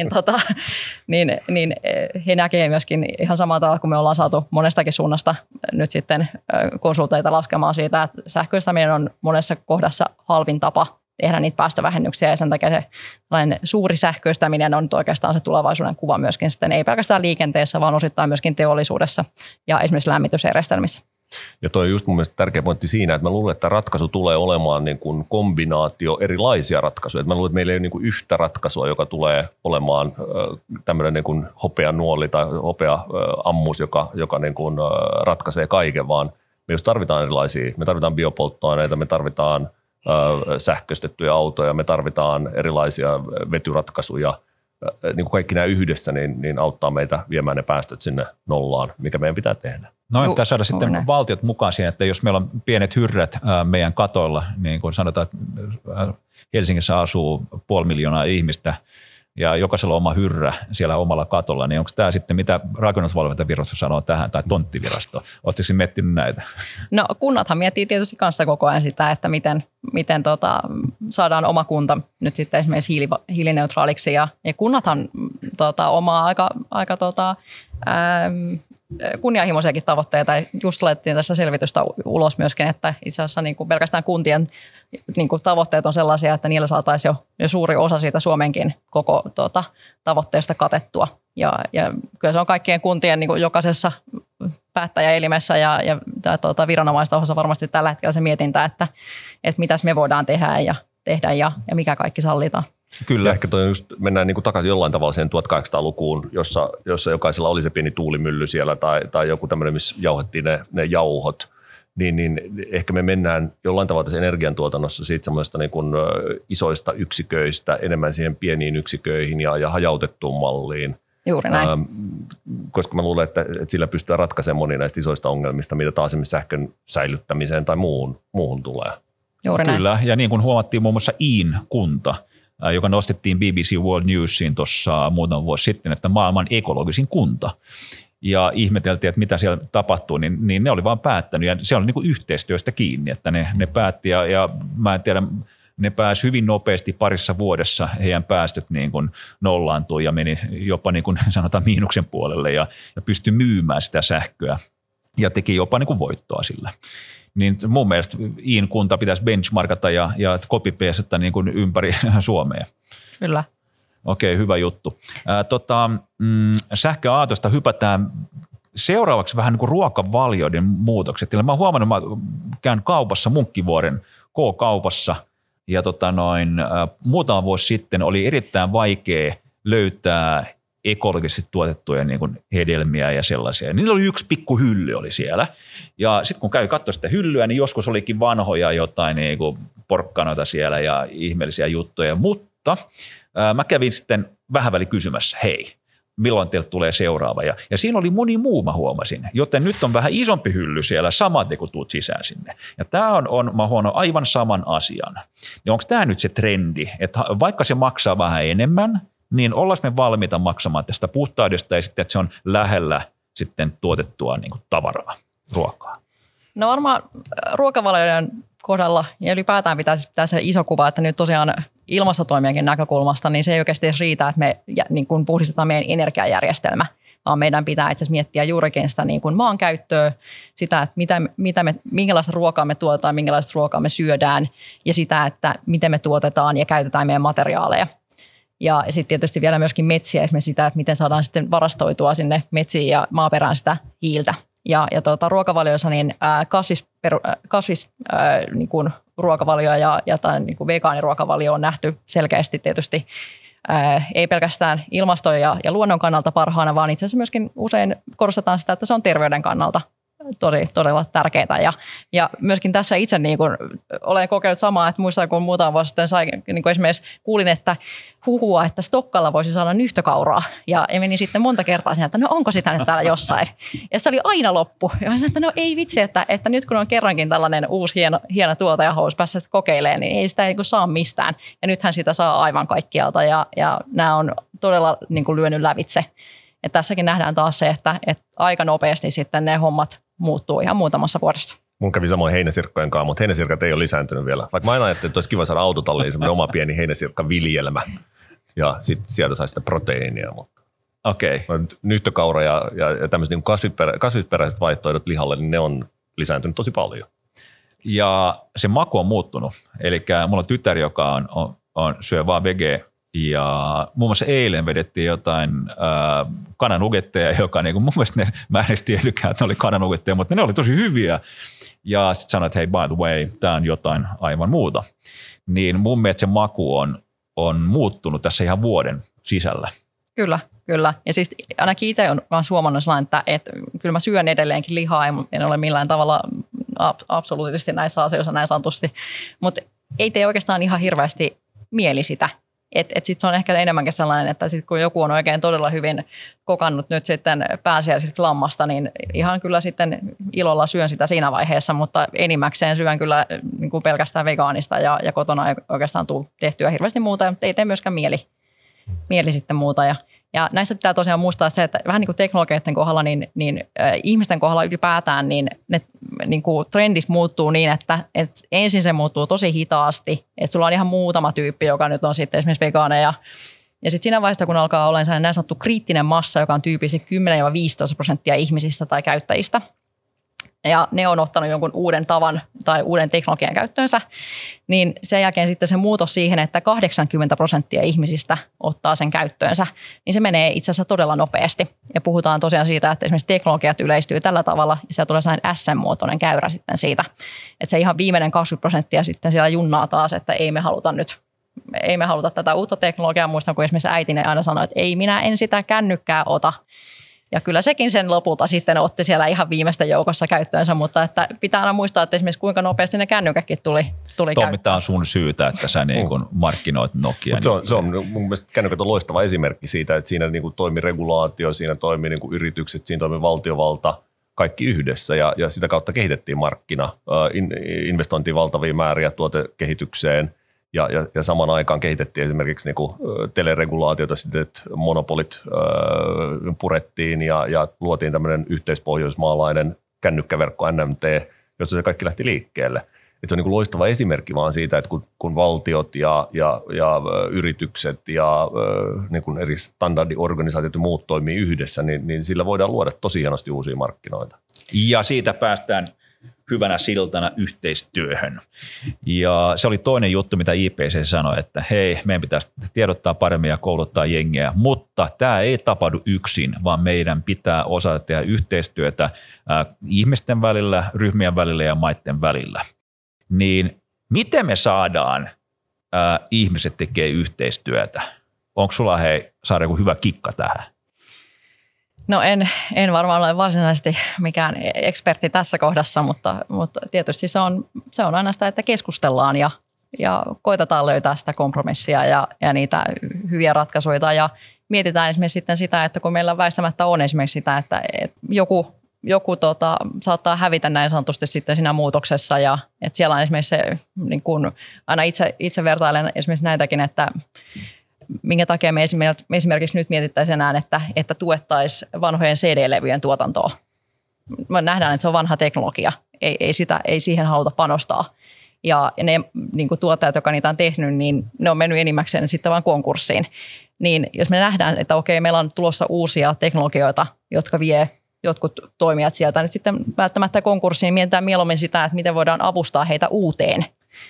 niin he näkevät myöskin ihan samalla tavalla, kun me ollaan saatu monestakin suunnasta nyt sitten konsulteita laskemaan siitä, että sähköistäminen on monessa kohdassa halvin tapa tehdä niitä päästövähennyksiä ja sen takia se suuri sähköistäminen on oikeastaan se tulevaisuuden kuva myöskin sitten ei pelkästään liikenteessä, vaan osittain myöskin teollisuudessa ja esimerkiksi lämmitysjärjestelmissä. Ja toi on just mun mielestä tärkeä pointti siinä, että mä luulen, että ratkaisu tulee olemaan niin kuin kombinaatio erilaisia ratkaisuja. Että mä luulen, että meillä ei ole niin kuin yhtä ratkaisua, joka tulee olemaan tämmöinen niin kuin hopeanuoli tai hopeaammus, joka niin kuin ratkaisee kaiken, vaan me just tarvitaan erilaisia. Me tarvitaan biopolttoaineita, me tarvitaan sähköistettyjä autoja, me tarvitaan erilaisia vetyratkaisuja. Niin kuin kaikki nämä yhdessä, niin auttaa meitä viemään ne päästöt sinne nollaan, mikä meidän pitää tehdä. No pitää saada sitten valtiot mukaan siihen, että jos meillä on pienet hyrrät meidän katoilla, niin kuin sanotaan, että Helsingissä asuu 500 000 ihmistä ja jokaisella on oma hyrrä siellä omalla katolla, niin onko tämä sitten, mitä rakennusvalvontavirasto sanoo tähän, tai tonttivirasto? Oletteko miettinyt näitä? No kunnathan miettii tietysti kanssa koko ajan sitä, että miten saadaan oma kunta nyt sitten esimerkiksi hiilineutraaliksi, ja kunnathan omaa aika kunnianhimoisiakin tavoitteita. Just laitettiin tässä selvitystä ulos myöskin, että itse asiassa niin kuin pelkästään kuntien niin kuin tavoitteet on sellaisia, että niillä saataisiin jo suuri osa siitä Suomenkin koko tavoitteesta katettua. Ja kyllä se on kaikkien kuntien niin kuin jokaisessa päättäjäelimessä ja viranomaistahossa varmasti tällä hetkellä se mietintä, että mitäs me voidaan tehdä ja mikä kaikki sallitaan. Kyllä. Ja ehkä just mennään niin kuin takaisin jollain tavalla siihen 1800-lukuun, jossa jokaisella oli se pieni tuulimylly siellä tai joku tämmöinen, missä jauhettiin ne jauhot. Niin ehkä me mennään jollain tavalla tässä energiantuotannossa siitä semmoista niin kuin isoista yksiköistä enemmän siihen pieniin yksiköihin ja hajautettuun malliin. Juuri näin. Koska mä luulen, että sillä pystytään ratkaisemaan moni näistä isoista ongelmista, mitä taas esimerkiksi sähkön säilyttämiseen tai muuhun tulee. Juuri näin. Kyllä, ja niin kuin huomattiin muun muassa Iin kunta, joka nostettiin BBC World Newsiin tuossa muutama vuosi sitten, että maailman ekologisin kunta. Ja ihmeteltiin, että mitä siellä tapahtuu, niin ne oli vaan päättänyt, ja se oli niin kuin yhteistyöstä kiinni, että ne päätti, ja mä en tiedä, ne pääsi hyvin nopeasti parissa vuodessa, heidän päästöt niin kuin nollaantui ja meni jopa niin kuin sanotaan miinuksen puolelle, ja pystyi myymään sitä sähköä, ja teki jopa niin kuin voittoa sillä. Niin mun mielestä Iin kunta pitäisi benchmarkata ja copy-pastata niin kuin ympäri Suomea. Kyllä. Okei, hyvä juttu. Sähköautosta hypätään seuraavaksi vähän niin kuin ruokavalioiden muutokset. Mä oon huomannut, mä käyn kaupassa, Munkkivuoren K-kaupassa, ja muutama vuosi sitten oli erittäin vaikea löytää ekologisesti tuotettuja niin kuin hedelmiä ja sellaisia. Ja niillä oli yksi pikku hylly oli siellä. Ja sitten kun käy katsoa sitä hyllyä, niin joskus olikin vanhoja jotain niin kuin porkkanoita siellä ja ihmeellisiä juttuja. Mutta mä kävin sitten vähän väliin kysymässä, hei, milloin teiltä tulee seuraava? Ja siinä oli moni muu, mä huomasin. Joten nyt on vähän isompi hylly siellä samaten, kun tuut sisään sinne. Ja tämä mä huomannut aivan saman asian. Ja onko tämä nyt se trendi, että vaikka se maksaa vähän enemmän, niin ollaan me valmiita maksamaan tästä puhtaudesta ja sitten, että se on lähellä sitten tuotettua niin kuin tavaraa, ruokaa? No varmaan ruokavalioiden kohdalla ja ylipäätään pitää se iso kuva, että nyt tosiaan ilmastotoimienkin näkökulmasta, niin se ei oikeasti edes riitä, että me niin kuin puhdistetaan meidän energiajärjestelmä, vaan meidän pitää itse asiassa miettiä juurikin sitä niin kuin maankäyttöä, sitä, että minkälaista ruokaa me tuotetaan, minkälaista ruokaa me syödään ja sitä, että miten me tuotetaan ja käytetään meidän materiaaleja. Ja sitten tietysti vielä myöskin metsiä, esimerkiksi sitä, että miten saadaan sitten varastoitua sinne metsiin ja maaperään sitä hiiltä. Ja ruokavalioissa niin niin kuin ruokavalio ja niin kuin vegaaniruokavalio on nähty selkeästi tietysti ei pelkästään ilmaston ja luonnon kannalta parhaana, vaan itse asiassa myöskin usein korostetaan sitä, että se on terveyden kannalta todella tärkeää. Ja myöskin tässä itse niin kuin olen kokeillut samaa, että muistan kun muutama vuosi sitten niin kuin esimerkiksi kuulin, että huhua, että Stokkalla voisi saada nyhtökauraa. Ja menin sitten monta kertaa sinne, että no onko sitä nyt täällä jossain. Ja se oli aina loppu. Ja sanoin, että no ei vitsi, että nyt kun on kerrankin tällainen uusi hieno tuote ja haluaisi päästä kokeilemaan, niin ei sitä niin kuin saa mistään. Ja nythän sitä saa aivan kaikkialta ja nämä on todella niin kuin lyönyt lävitse. Ja tässäkin nähdään taas se, että aika nopeasti sitten ne hommat muuttuu ihan muutamassa vuodessa. Mun kävi samoin heinäsirkkojen kanssa, mutta heinäsirkat ei ole lisääntynyt vielä. Vaikka mä aina ajattelin, että olisi kiva saada autotalliin semmoinen oma pieni heinäsirkkaviljelmä ja sitten sieltä saisi sitä proteiinia. Mutta okei. Nyhtökaura ja tämmöiset niin kasvisperäiset vaihtoehdot lihalle, niin ne on lisääntynyt tosi paljon. Ja se maku on muuttunut. Eli mulla on tytär, joka syö vaan Ja muun muassa eilen vedettiin jotain kananugetteja, joka niin kuin mun mielestä mä en edes tiennytkään, että ne oli kananugetteja, mutta ne oli tosi hyviä. Ja sitten sanoin, että hei, by the way, tämä on jotain aivan muuta. Niin mun mielestä se maku on muuttunut tässä ihan vuoden sisällä. Kyllä. Ja siis ainakin itse olen huomannut sellainen, että kyllä mä syön edelleenkin lihaa, en ole millään tavalla absoluuttisesti näissä asioissa näin sanotusti, mutta ei tee oikeastaan ihan hirveästi mieli sitä. Sitten se on ehkä enemmänkin sellainen, että sit kun joku on oikein todella hyvin kokannut nyt sitten pääsiäiseksi lammasta, niin ihan kyllä sitten ilolla syön sitä siinä vaiheessa, mutta enimmäkseen syön kyllä niin kuin pelkästään vegaanista ja kotona ei oikeastaan tule tehtyä hirveästi muuta, mutta ei tee myöskään mieli sitten muuta. Ja näistä pitää tosiaan muistaa se, että vähän niin kuin teknologioiden kohdalla, niin ihmisten kohdalla ylipäätään, niin ne niin kuin trendit muuttuu niin, että ensin se muuttuu tosi hitaasti, että sulla on ihan muutama tyyppi, joka nyt on sitten esimerkiksi vegaaneja. Ja sitten siinä vaiheessa, kun alkaa olla näin sanottu kriittinen massa, joka on tyypillisesti 10-15% ihmisistä tai käyttäjistä, ja ne on ottanut jonkun uuden tavan tai uuden teknologian käyttöönsä, niin sen jälkeen sitten se muutos siihen, että 80% ihmisistä ottaa sen käyttöönsä, niin se menee itse asiassa todella nopeasti. Ja puhutaan tosiaan siitä, että esimerkiksi teknologiat yleistyy tällä tavalla, ja siellä tulee sellainen S-muotoinen käyrä sitten siitä. Että se ihan viimeinen 20% sitten siellä junnaa taas, että ei me haluta tätä uutta teknologiaa. Muistan, kun esimerkiksi äitini aina sanoi, että ei minä en sitä kännykkää ota. Ja kyllä sekin sen lopulta sitten otti siellä ihan viimeistä joukossa käyttöönsä, mutta että pitää aina muistaa, että esimerkiksi kuinka nopeasti ne kännykätkin tuli Tommi, tämä on sun syytä, että sä niin kuin markkinoit Nokia. Se on mun mielestä kännykät on loistava esimerkki siitä, että siinä niin kuin toimi regulaatio, siinä toimi niin kuin yritykset, siinä toimi valtiovalta, kaikki yhdessä ja sitä kautta kehitettiin markkina, investointiin valtavia määriä tuotekehitykseen. Ja samaan aikaan kehitettiin esimerkiksi niinku teleregulaatiota, sitten, että monopolit purettiin ja luotiin tämmöinen yhteispohjoismaalainen kännykkäverkko NMT, jossa se kaikki lähti liikkeelle. Et se on niinku loistava esimerkki vaan siitä, että kun valtiot ja yritykset ja niinku eri standardiorganisaatiot ja muut toimii yhdessä, niin sillä voidaan luoda tosi hienosti uusia markkinoita. Ja siitä päästään hyvänä siltana yhteistyöhön. Ja se oli toinen juttu, mitä IPC sanoi, että hei, meidän pitäisi tiedottaa paremmin ja kouluttaa jengiä, mutta tämä ei tapahdu yksin, vaan meidän pitää osata tehdä yhteistyötä ihmisten välillä, ryhmien välillä ja maiden välillä. Niin miten me saadaan ihmiset tekee yhteistyötä? Onko sulla, Saara, joku hyvä kikka tähän? No en varmaan ole varsinaisesti mikään ekspertti tässä kohdassa, mutta tietysti se on aina sitä, että keskustellaan ja koitetaan löytää sitä kompromissia ja niitä hyviä ratkaisuja ja mietitään esimerkiksi sitten sitä, että kun meillä väistämättä on esimerkiksi sitä, että joku saattaa hävitä näin sanotusti sitten siinä muutoksessa ja että siellä on esimerkiksi se, niin kun aina itse vertailen esimerkiksi näitäkin, että minkä takia me esimerkiksi nyt mietittäisiin enää, että tuettaisiin vanhojen CD-levyjen tuotantoa. Me nähdään, että se on vanha teknologia. Ei siihen haluta panostaa. Ja ne niin kuin tuottajat, jotka niitä on tehnyt, niin ne on mennyt enimmäkseen sitten vaan konkurssiin. Niin jos me nähdään, että okei, meillä on tulossa uusia teknologioita, jotka vie jotkut toimijat sieltä, niin sitten välttämättä konkurssiin niin mietitään mieluummin sitä, että miten voidaan avustaa heitä uuteen.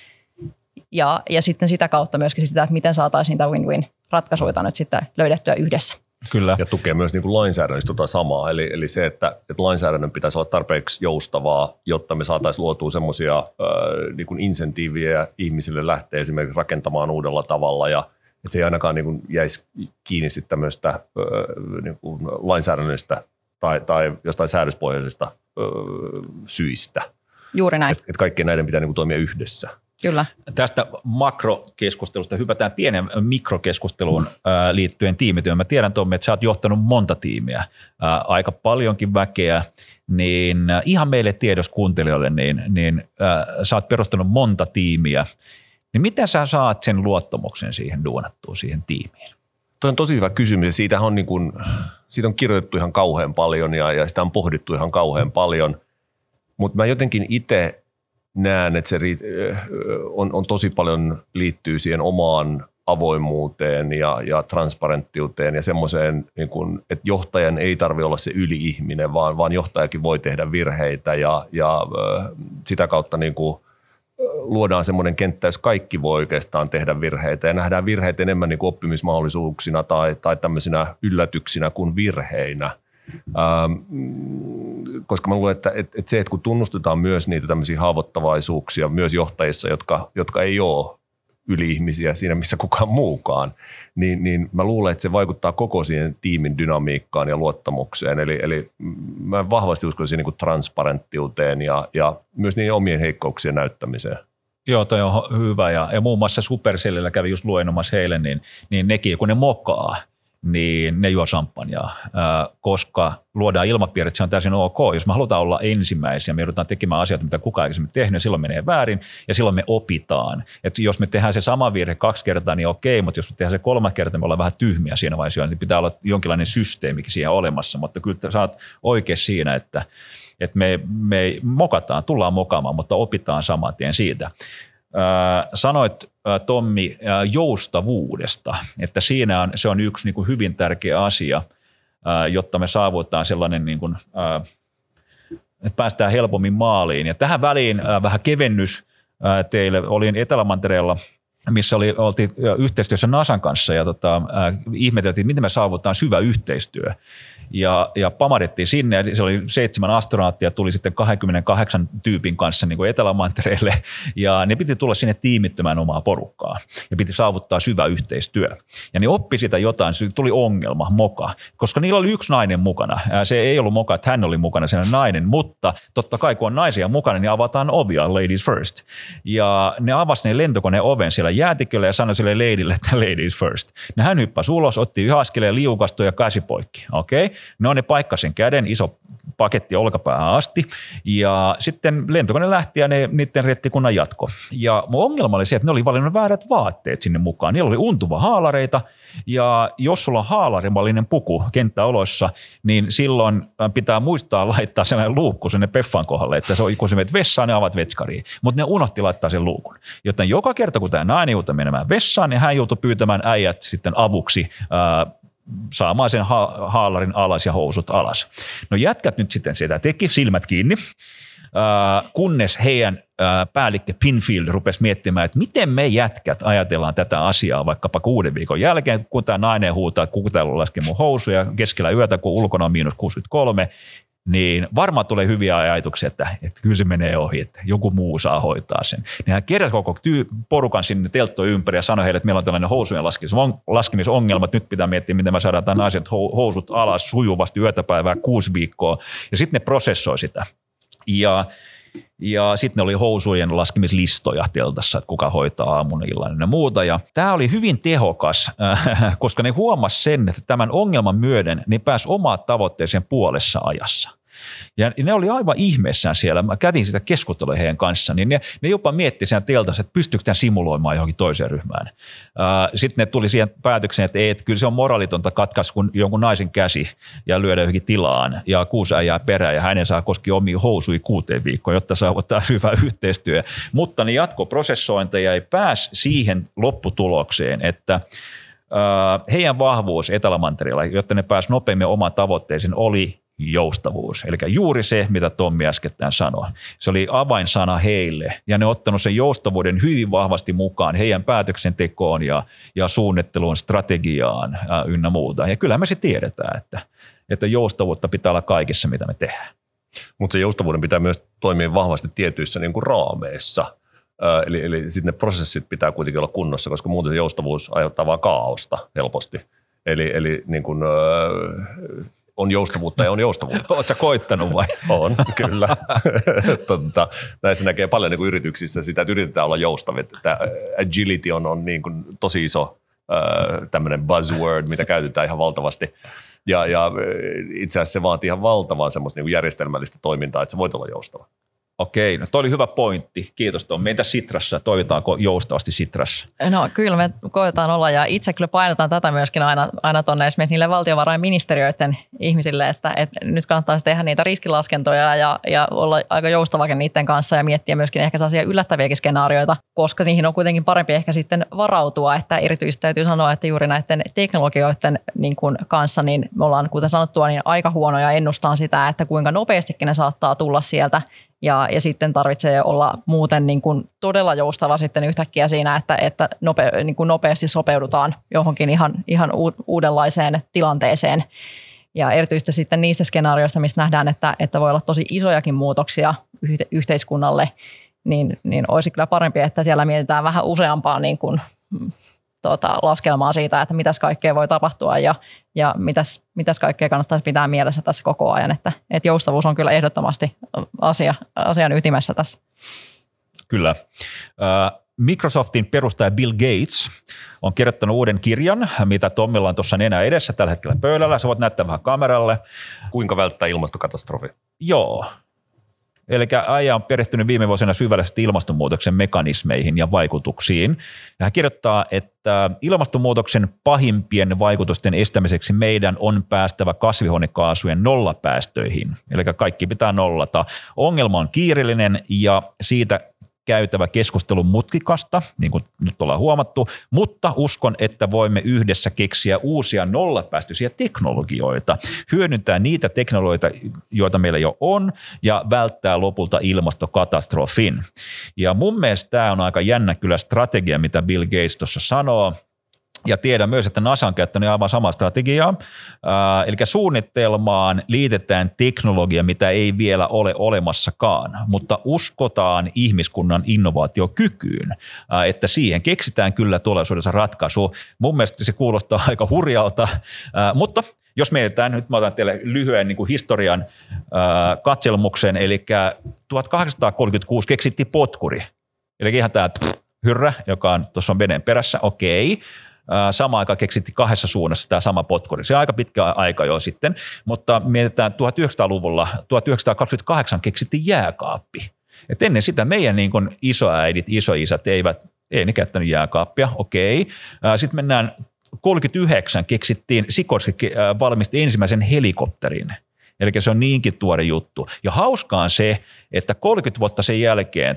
Ja sitten sitä kautta myöskin sitä, että miten saataisiin niitä win-win-ratkaisuja nyt sitten löydettyä yhdessä. Kyllä. Ja tukee myös niin kuin lainsäädännöstä samaa. Eli se, että lainsäädännön pitäisi olla tarpeeksi joustavaa, jotta me saataisiin luotua semmoisia niin kuin insentiivejä ihmisille lähteä esimerkiksi rakentamaan uudella tavalla. Ja että se ei ainakaan niin kuin jäisi kiinni sitten tämmöistä niin kuin lainsäädännöstä tai jostain säädöspohjaisista syistä. Juuri näin. Että kaikkien näiden pitää niin kuin toimia yhdessä. Kyllä. Tästä makrokeskustelusta hypätään pienen mikrokeskusteluun liittyen tiimityöhön. Mä tiedän, Tommi, että sä oot johtanut monta tiimiä, aika paljonkin väkeä, niin ihan meille tiedos kuuntelijoille, niin sä oot perustanut monta tiimiä. Niin miten sä saat sen luottamuksen siihen duunattuun, siihen tiimiin? Tuo on tosi hyvä kysymys ja siitä on kirjoitettu ihan kauhean paljon ja sitä on pohdittu ihan kauhean paljon, mutta mä jotenkin itse näen, että se on tosi paljon liittyy siihen omaan avoimuuteen ja transparenttiuteen ja semmoiseen, niin kuin, että johtajan ei tarvitse olla se yli-ihminen, vaan johtajakin voi tehdä virheitä ja sitä kautta niin kuin, luodaan semmoinen kenttä, jos kaikki voi oikeastaan tehdä virheitä ja nähdään virheitä enemmän niin kuin oppimismahdollisuuksina tai tämmöisinä yllätyksinä kuin virheinä. Koska mä luulen, että se, että kun tunnustetaan myös niitä tämmöisiä haavoittavaisuuksia myös johtajissa, jotka ei ole yli-ihmisiä siinä, missä kukaan muukaan, niin mä luulen, että se vaikuttaa koko siihen tiimin dynamiikkaan ja luottamukseen. Eli mä vahvasti uskoisin niin kuin transparenttiuteen ja myös niiden omien heikkouksien näyttämiseen. Joo, toi on hyvä ja muun muassa Supercellillä kävi just luennomassa heille, niin nekin kun ne mokaa, niin ne juo champanjaa, koska luodaan ilmapiiri, että se on täysin ok. Jos me halutaan olla ensimmäisiä, me joudutaan tekemään asioita, mitä kukaan aikaisemmin tehnyt, ja silloin menee väärin, ja silloin me opitaan. Että jos me tehdään se sama virhe 2 kertaa, niin okei, mutta jos me tehdään se 3 kertaa, me ollaan vähän tyhmiä siinä vaiheessa, niin pitää olla jonkinlainen systeemikin siihen olemassa, mutta kyllä sä oot oikein siinä, että me mokataan, tullaan mokaamaan, mutta opitaan saman tien siitä. Sanoit, Tommi, joustavuudesta, että se on yksi niin kuin hyvin tärkeä asia, jotta me saavutetaan sellainen, niin kuin, että päästään helpommin maaliin. Ja tähän väliin vähän kevennys teille. Olin Etelämantereella, missä oltiin yhteistyössä NASAn kanssa ja ihmeteltiin, miten me saavutetaan syvä yhteistyö. Ja pamahdettiin sinne, ja se oli 7 astronaattia, tuli sitten 28 tyypin kanssa niin kuin Etelämantereelle, ja ne piti tulla sinne tiimittämään omaa porukkaa, ja piti saavuttaa syvä yhteistyö. Ja ne oppi sitä jotain, se tuli ongelma, moka, koska niillä oli yksi nainen mukana. Se ei ollut moka, että hän oli mukana, se nainen, mutta totta kai kun on naisia mukana, niin avataan ovia, ladies first. Ja ne avasi ne lentokoneen oven siellä jäätiköllä ja sanoi sille ladylle, että ladies first. Ja hän hyppäsi ulos, otti yhä askeleen liukastui ja käsi poikki, okei? Ne paikkasi sen käden, iso paketti olkapäähän asti, ja sitten lentokone lähti ja niiden rettikunnan jatko. Ja mun ongelma oli se, että ne oli valinnut väärät vaatteet sinne mukaan. Niillä oli untuva haalareita, ja jos sulla on haalarimallinen puku kenttäoloissa, niin silloin pitää muistaa laittaa sellainen luukku sinne peffan kohdalle, että se on, kun sä menet vessaan, ne avaat vetskariin. Mutta ne unohti laittaa sen luukun. Joten joka kerta, kun tämä nainen joutui menemään vessaan, niin hän joutui pyytämään äijät sitten avuksi saamaan sen haalarin alas ja housut alas. No jätkät nyt sitten sitä teki, silmät kiinni, kunnes heidän päällikkö Pinfield rupesi miettimään, että miten me jätkät ajatellaan tätä asiaa vaikkapa 6 viikon jälkeen, kun tämä nainen huutaa, että kuka täällä laski mun housuja keskellä yötä, kun ulkona on -63, niin varmaan tulee hyviä ajatuksia, että kyllä se menee ohi, että joku muu saa hoitaa sen. Niin hän keräsi koko porukan sinne telttoon ympäri ja sanoi heille, että meillä on tällainen housujen laskemisongelma, että nyt pitää miettiä, miten me saadaan tämän asiat housut alas sujuvasti yötäpäivää 6 viikkoa, ja sitten ne prosessoi sitä. Ja sitten ne oli housujen laskemislistoja teltassa, että kuka hoitaa aamun, illan ja muuta. Ja tämä oli hyvin tehokas, koska ne huomasi sen, että tämän ongelman myöden ne pääsi omaan tavoitteeseen puolessa ajassa. Ja ne oli aivan ihmeessään siellä. Mä kävin sitä keskustelua heidän kanssaan, niin ne jopa miettivät siinä teltassa, että pystyykö tämän simuloimaan johonkin toiseen ryhmään. Sitten ne tuli siihen päätökseen, että kyllä se on moraalitonta katkaista kun jonkun naisen käsi ja lyödä johonkin tilaan ja 6 äijää perään ja hänen saa koski omia housui 6 viikkoa, jotta saavuttaa hyvä yhteistyö. Mutta ne jatkoprosessointeja ei pääsi siihen lopputulokseen, että heidän vahvuus Etelämantereella, jotta ne pääsi nopeammin omaan tavoitteeseen, oli joustavuus. Eli juuri se, mitä Tommi äskettäin sanoi. Se oli avainsana heille, ja ne ottanut sen joustavuuden hyvin vahvasti mukaan heidän päätöksentekoon ja suunnitteluun, strategiaan ynnä muuta. Ja kyllä me se tiedetään, että joustavuutta pitää olla kaikessa, mitä me tehdään. Mutta se joustavuuden pitää myös toimia vahvasti tietyissä niin kuin raameissa. Eli sitten ne prosessit pitää kuitenkin olla kunnossa, koska muuten se joustavuus aiheuttaa vaan kaaosta helposti. Eli niin kuin, on joustavuutta ja on joustavuutta. Oletko sä koittanut vai? On, kyllä. Näissä näkee paljon niin kuin yrityksissä sitä, että yritetään olla joustavia. Tämä agility on niin kuin tosi iso tämmöinen buzzword, mitä käytetään ihan valtavasti. Ja itse asiassa se vaatii ihan valtavaa semmoista niin kuin järjestelmällistä toimintaa, että sä voit olla joustava. Okei, no toi oli hyvä pointti. Kiitos Tommi. Entä Sitrassa? Toivitaanko joustavasti Sitrassa? No kyllä me koetaan olla ja itse kyllä painotan tätä myöskin aina tuonne esimerkiksi niille valtiovarainministeriöiden ihmisille, että nyt kannattaisi tehdä niitä riskilaskentoja ja olla aika joustavakin niiden kanssa ja miettiä myöskin ehkä sellaisia yllättäviäkin skenaarioita, koska niihin on kuitenkin parempi ehkä sitten varautua, että erityisesti täytyy sanoa, että juuri näiden teknologioiden niin kuin kanssa, niin me ollaan kuten sanottua niin aika huonoja ennustaan sitä, että kuinka nopeastikin ne saattaa tulla sieltä. Ja sitten tarvitsee olla muuten niin kuin todella joustava sitten yhtäkkiä siinä, että niin kuin nopeasti sopeudutaan johonkin ihan uudenlaiseen tilanteeseen. Ja erityisesti sitten niistä skenaarioista, missä nähdään, että voi olla tosi isojakin muutoksia yhteiskunnalle, niin olisi kyllä parempi, että siellä mietitään vähän useampaa niin kuin, laskelmaa siitä, että mitäs kaikkea voi tapahtua ja mitäs kaikkea kannattaisi pitää mielessä tässä koko ajan. Että joustavuus on kyllä ehdottomasti asian ytimessä tässä. Kyllä. Microsoftin perustaja Bill Gates on kirjoittanut uuden kirjan, mitä Tommilla on tuossa nenä edessä tällä hetkellä pöydällä. Sä voit näyttää vähän kameralle. Kuinka välttää ilmastokatastrofi? Joo. Eli äijä on perehtynyt viime vuosina syvällisesti ilmastonmuutoksen mekanismeihin ja vaikutuksiin. Ja hän kirjoittaa, että ilmastonmuutoksen pahimpien vaikutusten estämiseksi meidän on päästävä kasvihuonekaasujen nollapäästöihin. Eli kaikki pitää nollata. Ongelma on kiireellinen ja siitä käytävä keskustelu mutkikasta, niin kuin nyt ollaan huomattu, mutta uskon, että voimme yhdessä keksiä uusia nollapäästöisiä teknologioita, hyödyntää niitä teknologioita, joita meillä jo on, ja välttää lopulta ilmastokatastrofin. Ja mun mielestä tämä on aika jännä kyllä strategia, mitä Bill Gates tuossa sanoo. Ja tiedän myös, että NASA on käyttänyt aivan samaa strategiaa, eli suunnitelmaan liitetään teknologia, mitä ei vielä ole olemassakaan, mutta uskotaan ihmiskunnan innovaatiokykyyn, että siihen keksitään kyllä tulevaisuudessa ratkaisu. Mun mielestä se kuulostaa aika hurjalta, mutta jos mietitään, nyt mä otan teille lyhyen niin kuin historian katselmuksen, eli 1836 keksittiin potkuri, eli ihan tämä hyrrä, joka on tuossa veneen perässä, okei. Sama aika keksittiin kahdessa suunnassa tämä sama potkuri. Se on aika pitkä aika jo sitten, mutta mietitään 1900-luvulla, 1928 keksittiin jääkaappi. Et ennen sitä meidän niin kuin isoäidit, isoisät ei ne käyttänyt jääkaappia, okei. Sitten mennään 39 keksittiin, Sikorsky valmisti ensimmäisen helikopterin. Eli se on niinkin tuore juttu. Ja hauskaa on se, että 30 vuotta sen jälkeen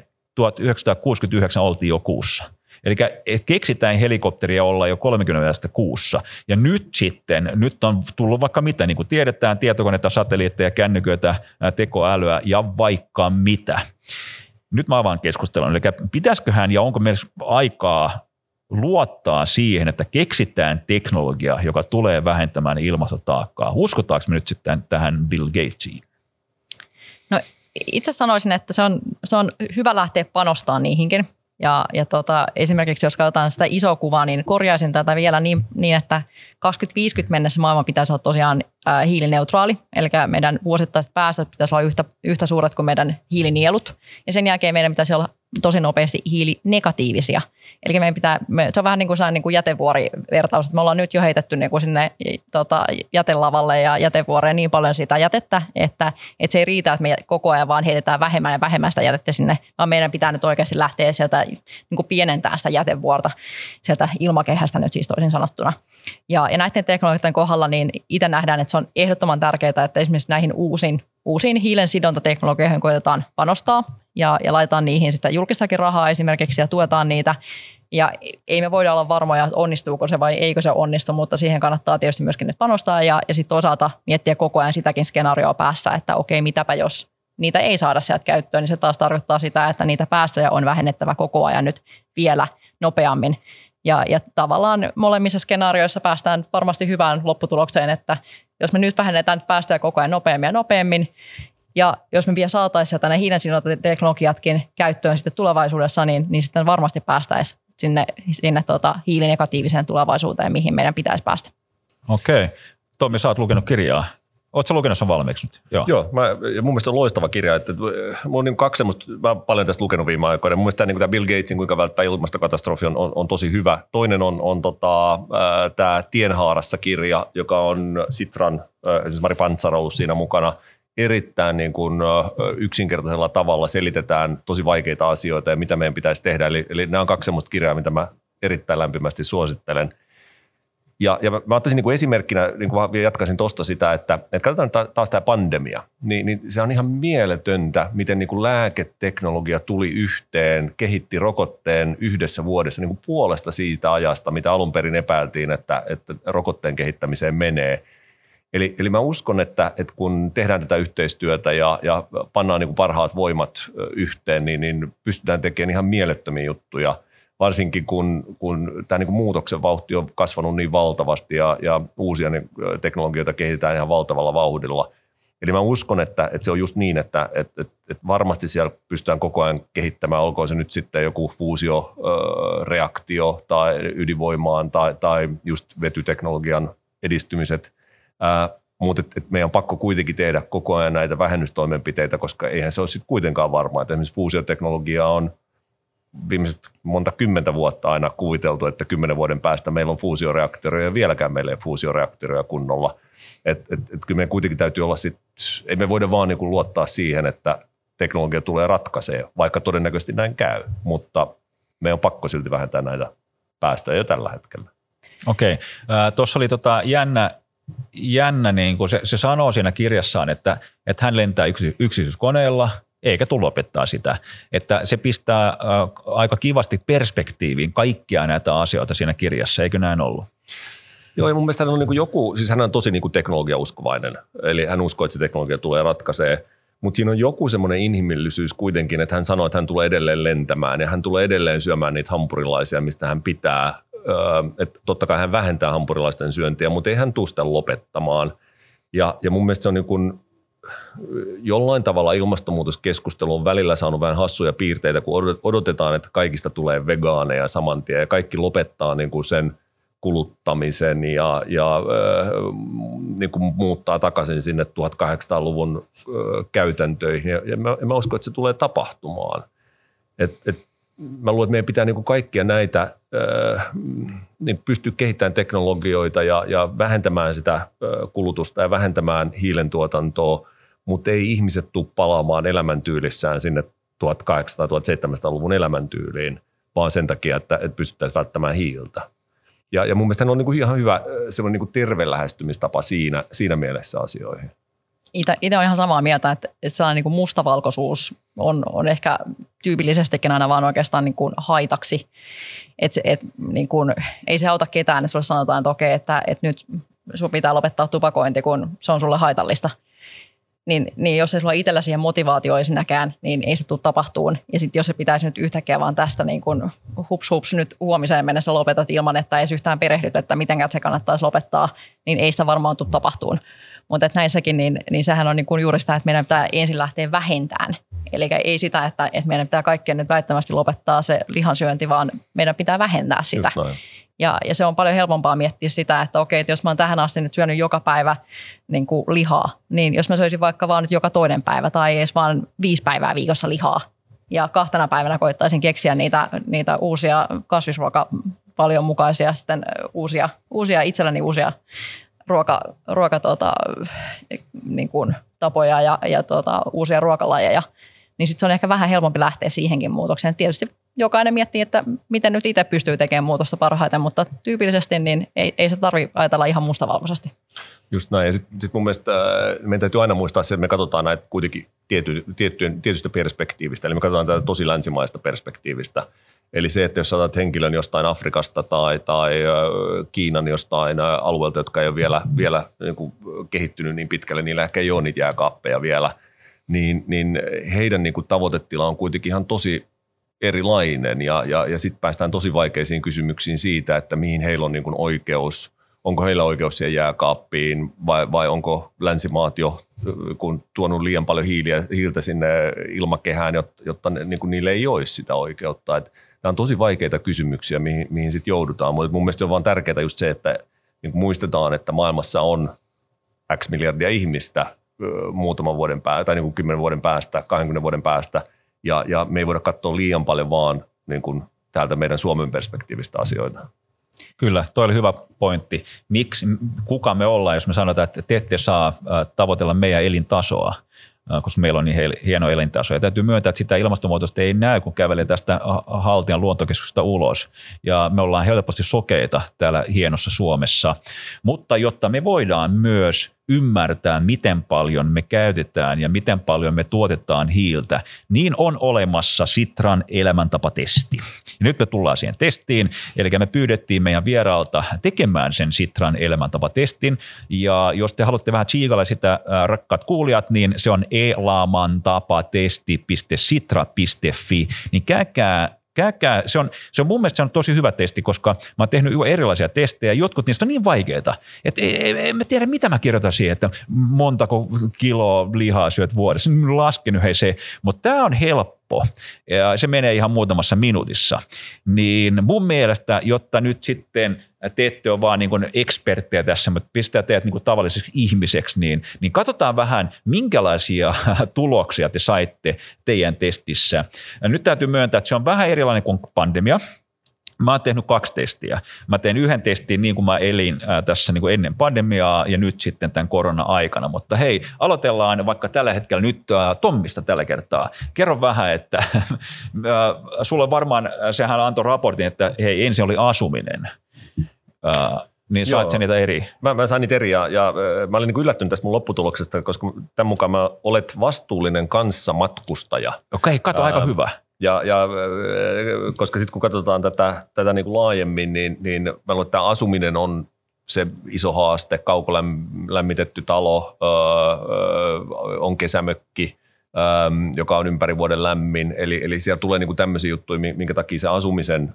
1969 oltiin jo kuussa. Eli keksitään helikopteria olla jo 30 kuussa. Ja nyt on tullut vaikka mitä, niin kuin tiedetään, tietokoneita, satelliitteja, kännyköitä, tekoälyä ja vaikka mitä. Nyt mä avaan keskustelun. Eli pitäisiköhän ja onko meillä aikaa luottaa siihen, että keksitään teknologia, joka tulee vähentämään ilmastotaakkaa. Uskotaanko me nyt sitten tähän Bill Gatesiin? No itse sanoisin, että se on hyvä lähteä panostamaan niihinkin. Ja esimerkiksi jos katsotaan sitä isoa kuvaa, niin korjaisin tätä vielä niin, että 2050 mennessä maailman pitäisi olla tosiaan hiilineutraali. Eli meidän vuosittaiset päästöt pitäisi olla yhtä suuret kuin meidän hiilinielut. Ja sen jälkeen meidän pitäisi olla tosi nopeasti hiilinegatiivisia. Eli se on vähän niin kuin jätevuorivertaus, että me ollaan nyt jo heitetty niin kuin sinne jätelavalle ja jätevuoreen niin paljon sitä jätettä, että se ei riitä, että me koko ajan vaan heitetään vähemmän ja vähemmän sitä jätettä sinne, vaan meidän pitää nyt oikeasti lähteä sieltä niin kuin pienentää sitä jätevuorta sieltä ilmakehästä nyt siis toisin sanottuna. Ja näiden teknologioiden kohdalla niin itse nähdään, että se on ehdottoman tärkeää, että esimerkiksi näihin uusiin hiilen sidontateknologioihin koitetaan panostaa ja laitetaan niihin sitä julkistakin rahaa esimerkiksi ja tuetaan niitä. Ja ei me voida olla varmoja, että onnistuuko se vai eikö se onnistu, mutta siihen kannattaa tietysti myöskin nyt panostaa ja sitten toisaalta miettiä koko ajan sitäkin skenaarioa päässä, että okei, mitäpä jos niitä ei saada sieltä käyttöön, niin se taas tarkoittaa sitä, että niitä päästöjä on vähennettävä koko ajan nyt vielä nopeammin. Ja tavallaan molemmissa skenaarioissa päästään varmasti hyvään lopputulokseen, että jos me nyt vähennetään päästöjä koko ajan nopeammin ja nopeammin, ja jos me vielä saataisiin sieltä ne hiilensidontateknologiatkin käyttöön sitten tulevaisuudessa, niin sitten varmasti päästäisiin sinne hiilinegatiiviseen tulevaisuuteen, mihin meidän pitäisi päästä. Okei. Tommi, sä oot lukenut kirjaa. Oletko sä lukenut sen valmiiksi nyt? Joo, mun mielestä on loistava kirja. Että mulla on niin kaksi semmoista, mä oon paljon tästä lukenut viime aikoina. Mun mielestä tämä Bill Gatesin kuinka välttää ilmastokatastrofi on tosi hyvä. Toinen on tämä Tienhaarassa kirja, joka on Sitran, siis Mari Pantsar ollut siinä mukana. Erittäin niin kuin yksinkertaisella tavalla selitetään tosi vaikeita asioita ja mitä meidän pitäisi tehdä. Eli nämä on kaksi semmoista kirjaa, mitä mä erittäin lämpimästi suosittelen. Ja mä ottaisin niin kuin esimerkkinä, niin kuin jatkaisin tuosta sitä, että katsotaan taas tämä pandemia, niin se on ihan mieletöntä, miten niin kuin lääketeknologia tuli yhteen, kehitti rokotteen yhdessä vuodessa niin kuin puolesta siitä ajasta, mitä alun perin epäiltiin, että rokotteen kehittämiseen menee. Eli mä uskon, että kun tehdään tätä yhteistyötä ja pannaan niin kuin parhaat voimat yhteen, niin pystytään tekemään ihan mielettömiä juttuja, varsinkin kun tämä niin kuin muutoksen vauhti on kasvanut niin valtavasti ja uusia teknologioita kehitetään ihan valtavalla vauhdilla. Eli mä uskon, että se on just niin, että varmasti siellä pystytään koko ajan kehittämään, olkoon se nyt sitten joku fuusioreaktio tai ydinvoimaan tai just vetyteknologian edistymiset, mutta meidän on pakko kuitenkin tehdä koko ajan näitä vähennystoimenpiteitä, koska eihän se ole sitten kuitenkaan varmaa. Että esimerkiksi fuusioteknologia on viimeiset monta 10 vuotta aina kuviteltu, että 10 vuoden päästä meillä on fuusioreaktoreja ja vieläkään meillä ei fuusioreaktoreja kunnolla. Kyllä meidän kuitenkin täytyy olla ei me voida vaan niin kuin luottaa siihen, että teknologia tulee ratkaisee, vaikka todennäköisesti näin käy, mutta meidän on pakko silti vähentää näitä päästöjä jo tällä hetkellä. Okei, tuossa oli jännä niin kuin se sanoo siinä kirjassaan, että hän lentää yksityiskoneella, eikä tule lopettaa sitä. Että se pistää aika kivasti perspektiiviin kaikkia näitä asioita siinä kirjassa, eikö näin ollut? Joo, ja mun mielestä hän on niin kuin siis hän on tosi niin kuin teknologiauskovainen, eli hän uskoo, että se teknologia tulee ratkaisee, mutta siinä on joku semmoinen inhimillisyys kuitenkin, että hän sanoo, että hän tulee edelleen lentämään ja hän tulee edelleen syömään niitä hampurilaisia, mistä hän pitää. Että totta kai hän vähentää hampurilaisten syöntiä, mutta ei hän tule sitä lopettamaan. Ja mun mielestä se on niin kuin jollain tavalla ilmastonmuutoskeskustelu on välillä saanut vähän hassuja piirteitä, kun odotetaan, että kaikista tulee vegaaneja saman tien ja kaikki lopettaa niin kuin sen kuluttamisen ja niin kuin muuttaa takaisin sinne 1800-luvun käytäntöihin. Ja mä uskon, että se tulee tapahtumaan. Mä luulen, että meidän pitää niin kuin kaikkia näitä niin pystyä kehittämään teknologioita ja vähentämään sitä kulutusta ja vähentämään hiilentuotantoa, mutta ei ihmiset tule palaamaan elämäntyylissään sinne 1800-1700-luvun elämäntyyliin, vaan sen takia, että pystyttäisiin välttämään hiiltä. Ja mun mielestä on niin kuin ihan hyvä semmoinen niin kuin terve lähestymistapa siinä mielessä asioihin. Itse on ihan samaa mieltä, että sellainen niin kuin mustavalkoisuus on ehkä tyypillisestikin aina vaan oikeastaan niin kuin haitaksi. Niin kuin, ei se auta ketään, että sulle sanotaan, että okei, että nyt sun pitää lopettaa tupakointi, kun se on sulle haitallista. Niin jos ei sulla itsellä siihen motivaatio ensinnäkään, niin ei se tule tapahtuun. Ja sitten jos se pitäisi nyt yhtäkkiä vaan tästä niin kuin hups nyt huomiseen mennessä lopetat ilman, että ei yhtään perehdyt, että mitenkään se kannattaisi lopettaa, niin ei sitä varmaan tule tapahtuun. Mutta näissäkin, niin sehän on niin kuin juuri sitä, että meidän pitää ensin lähteä vähentämään. Eli ei sitä, että meidän pitää kaikkien nyt välttämättä lopettaa se lihansyönti, vaan meidän pitää vähentää sitä. Ja se on paljon helpompaa miettiä sitä, että okei, että jos mä oon tähän asti nyt syönyt joka päivä niin kuin lihaa, niin jos mä söisin vaikka vaan nyt joka toinen päivä tai edes vaan 5 päivää viikossa lihaa ja 2 päivänä koittaisin keksiä niitä uusia kasvisruokapalion mukaisia, sitten uusia itselläni uusia niin kuin tapoja ja uusia ruokalajeja, niin sitten se on ehkä vähän helpompi lähteä siihenkin muutokseen. Tietysti jokainen miettii, että miten nyt itse pystyy tekemään muutosta parhaiten, mutta tyypillisesti niin ei se tarvitse ajatella ihan mustavalkoisesti. Just näin. Ja sitten mun mielestä meidän täytyy aina muistaa se, että me katsotaan näitä kuitenkin tietystä perspektiivistä. Eli me katsotaan tätä tosi länsimaista perspektiivistä. Eli se, että jos otat henkilön jostain Afrikasta tai Kiinan jostain alueelta, jotka ei ole vielä niin kuin kehittynyt niin pitkälle, niillä ehkä ei ole niitä jääkaappeja vielä, niin heidän niin kuin tavoitetila on kuitenkin ihan tosi erilainen ja sitten päästään tosi vaikeisiin kysymyksiin siitä, että mihin heillä on niin kuin oikeus, onko heillä oikeus siihen jääkaappiin vai onko länsimaat jo kun tuonut liian paljon hiiltä sinne ilmakehään, jotta niin kuin niille ei olisi sitä oikeutta. Että nämä on tosi vaikeita kysymyksiä, mihin sitten joudutaan, mutta mun mielestä se on vaan tärkeää just se, että niin kuin muistetaan, että maailmassa on X miljardia ihmistä muutaman vuoden päästä, tai niin kuin 10 vuoden päästä, 20 vuoden päästä, ja me ei voida katsoa liian paljon vaan niin kuin täältä meidän Suomen perspektiivistä asioita. Kyllä, toi oli hyvä pointti. Kuka me ollaan, jos me sanotaan, että te ette saa tavoitella meidän elintasoa, koska meillä on niin hieno elintaso. Ja täytyy myöntää, että sitä ilmastonmuutosta ei näy, kun kävelee tästä Haltian luontokeskuksesta ulos. Ja me ollaan helposti sokeita täällä hienossa Suomessa. Mutta jotta me voidaan myös ymmärtää, miten paljon me käytetään ja miten paljon me tuotetaan hiiltä, niin on olemassa Sitran elämäntapatesti. Ja nyt me tullaan siihen testiin, eli me pyydettiin meidän vieraalta tekemään sen Sitran elämäntapatestin, ja jos te haluatte vähän tsiikalla sitä, rakkaat kuulijat, niin se on elämäntapatesti.sitra.fi, niin käykää, se on mun mielestä se on tosi hyvä testi, koska mä oon tehnyt erilaisia testejä, jotkut niistä on niin vaikeita, että en mä tiedä mitä mä kirjoitan siihen, että montako kiloa lihaa syöt vuodessa, mä laskenut se, mutta tää on helppo ja se menee ihan muutamassa minuutissa, niin mun mielestä, jotta nyt sitten te ette ole vaan niin kuin eksperttejä tässä, mutta pistää teidät niin kuin tavalliseksi ihmiseksi, niin katsotaan vähän, minkälaisia tuloksia te saitte teidän testissä. Nyt täytyy myöntää, että se on vähän erilainen kuin pandemia. Mä oon tehnyt 2 testiä. Mä tein yhden testin niin kuin mä elin tässä niin kuin ennen pandemiaa ja nyt sitten tämän korona-aikana. Mutta hei, aloitellaan vaikka tällä hetkellä nyt Tommista tällä kertaa. Kerro vähän, että sulle varmaan, sehän antoi raportin, että hei, ensin oli asuminen. Niin sait sä niitä eri? Mä sain niitä eri ja mä olin niin yllättynyt tästä mun lopputuloksesta, koska tämän mukaan mä olet vastuullinen kanssamatkustaja. Okei, kato, aika hyvä. Ja koska sitten kun katsotaan tätä niin kuin laajemmin, niin mä luulen, että tämä asuminen on se iso haaste, kaukolämmitetty talo, on kesämökki, joka on ympäri vuoden lämmin. Eli siellä tulee niin kuin tämmöisiä juttuja, minkä takia se asumisen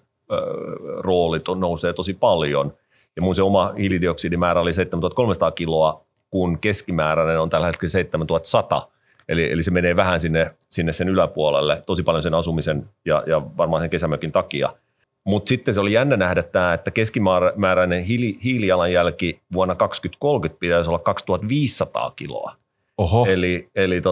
rooli nousee tosi paljon. Ja mun se oma hiilidioksidimäärä oli 7300 kiloa, kun keskimääräinen on tällä hetkellä 7100. Eli se menee vähän sinne sen yläpuolelle, tosi paljon sen asumisen ja varmaan sen kesämökin takia. Mutta sitten se oli jännä nähdä tämä, että keskimääräinen hiilijalanjälki vuonna 2030 pitäisi olla 2500 kiloa. Oho. Eli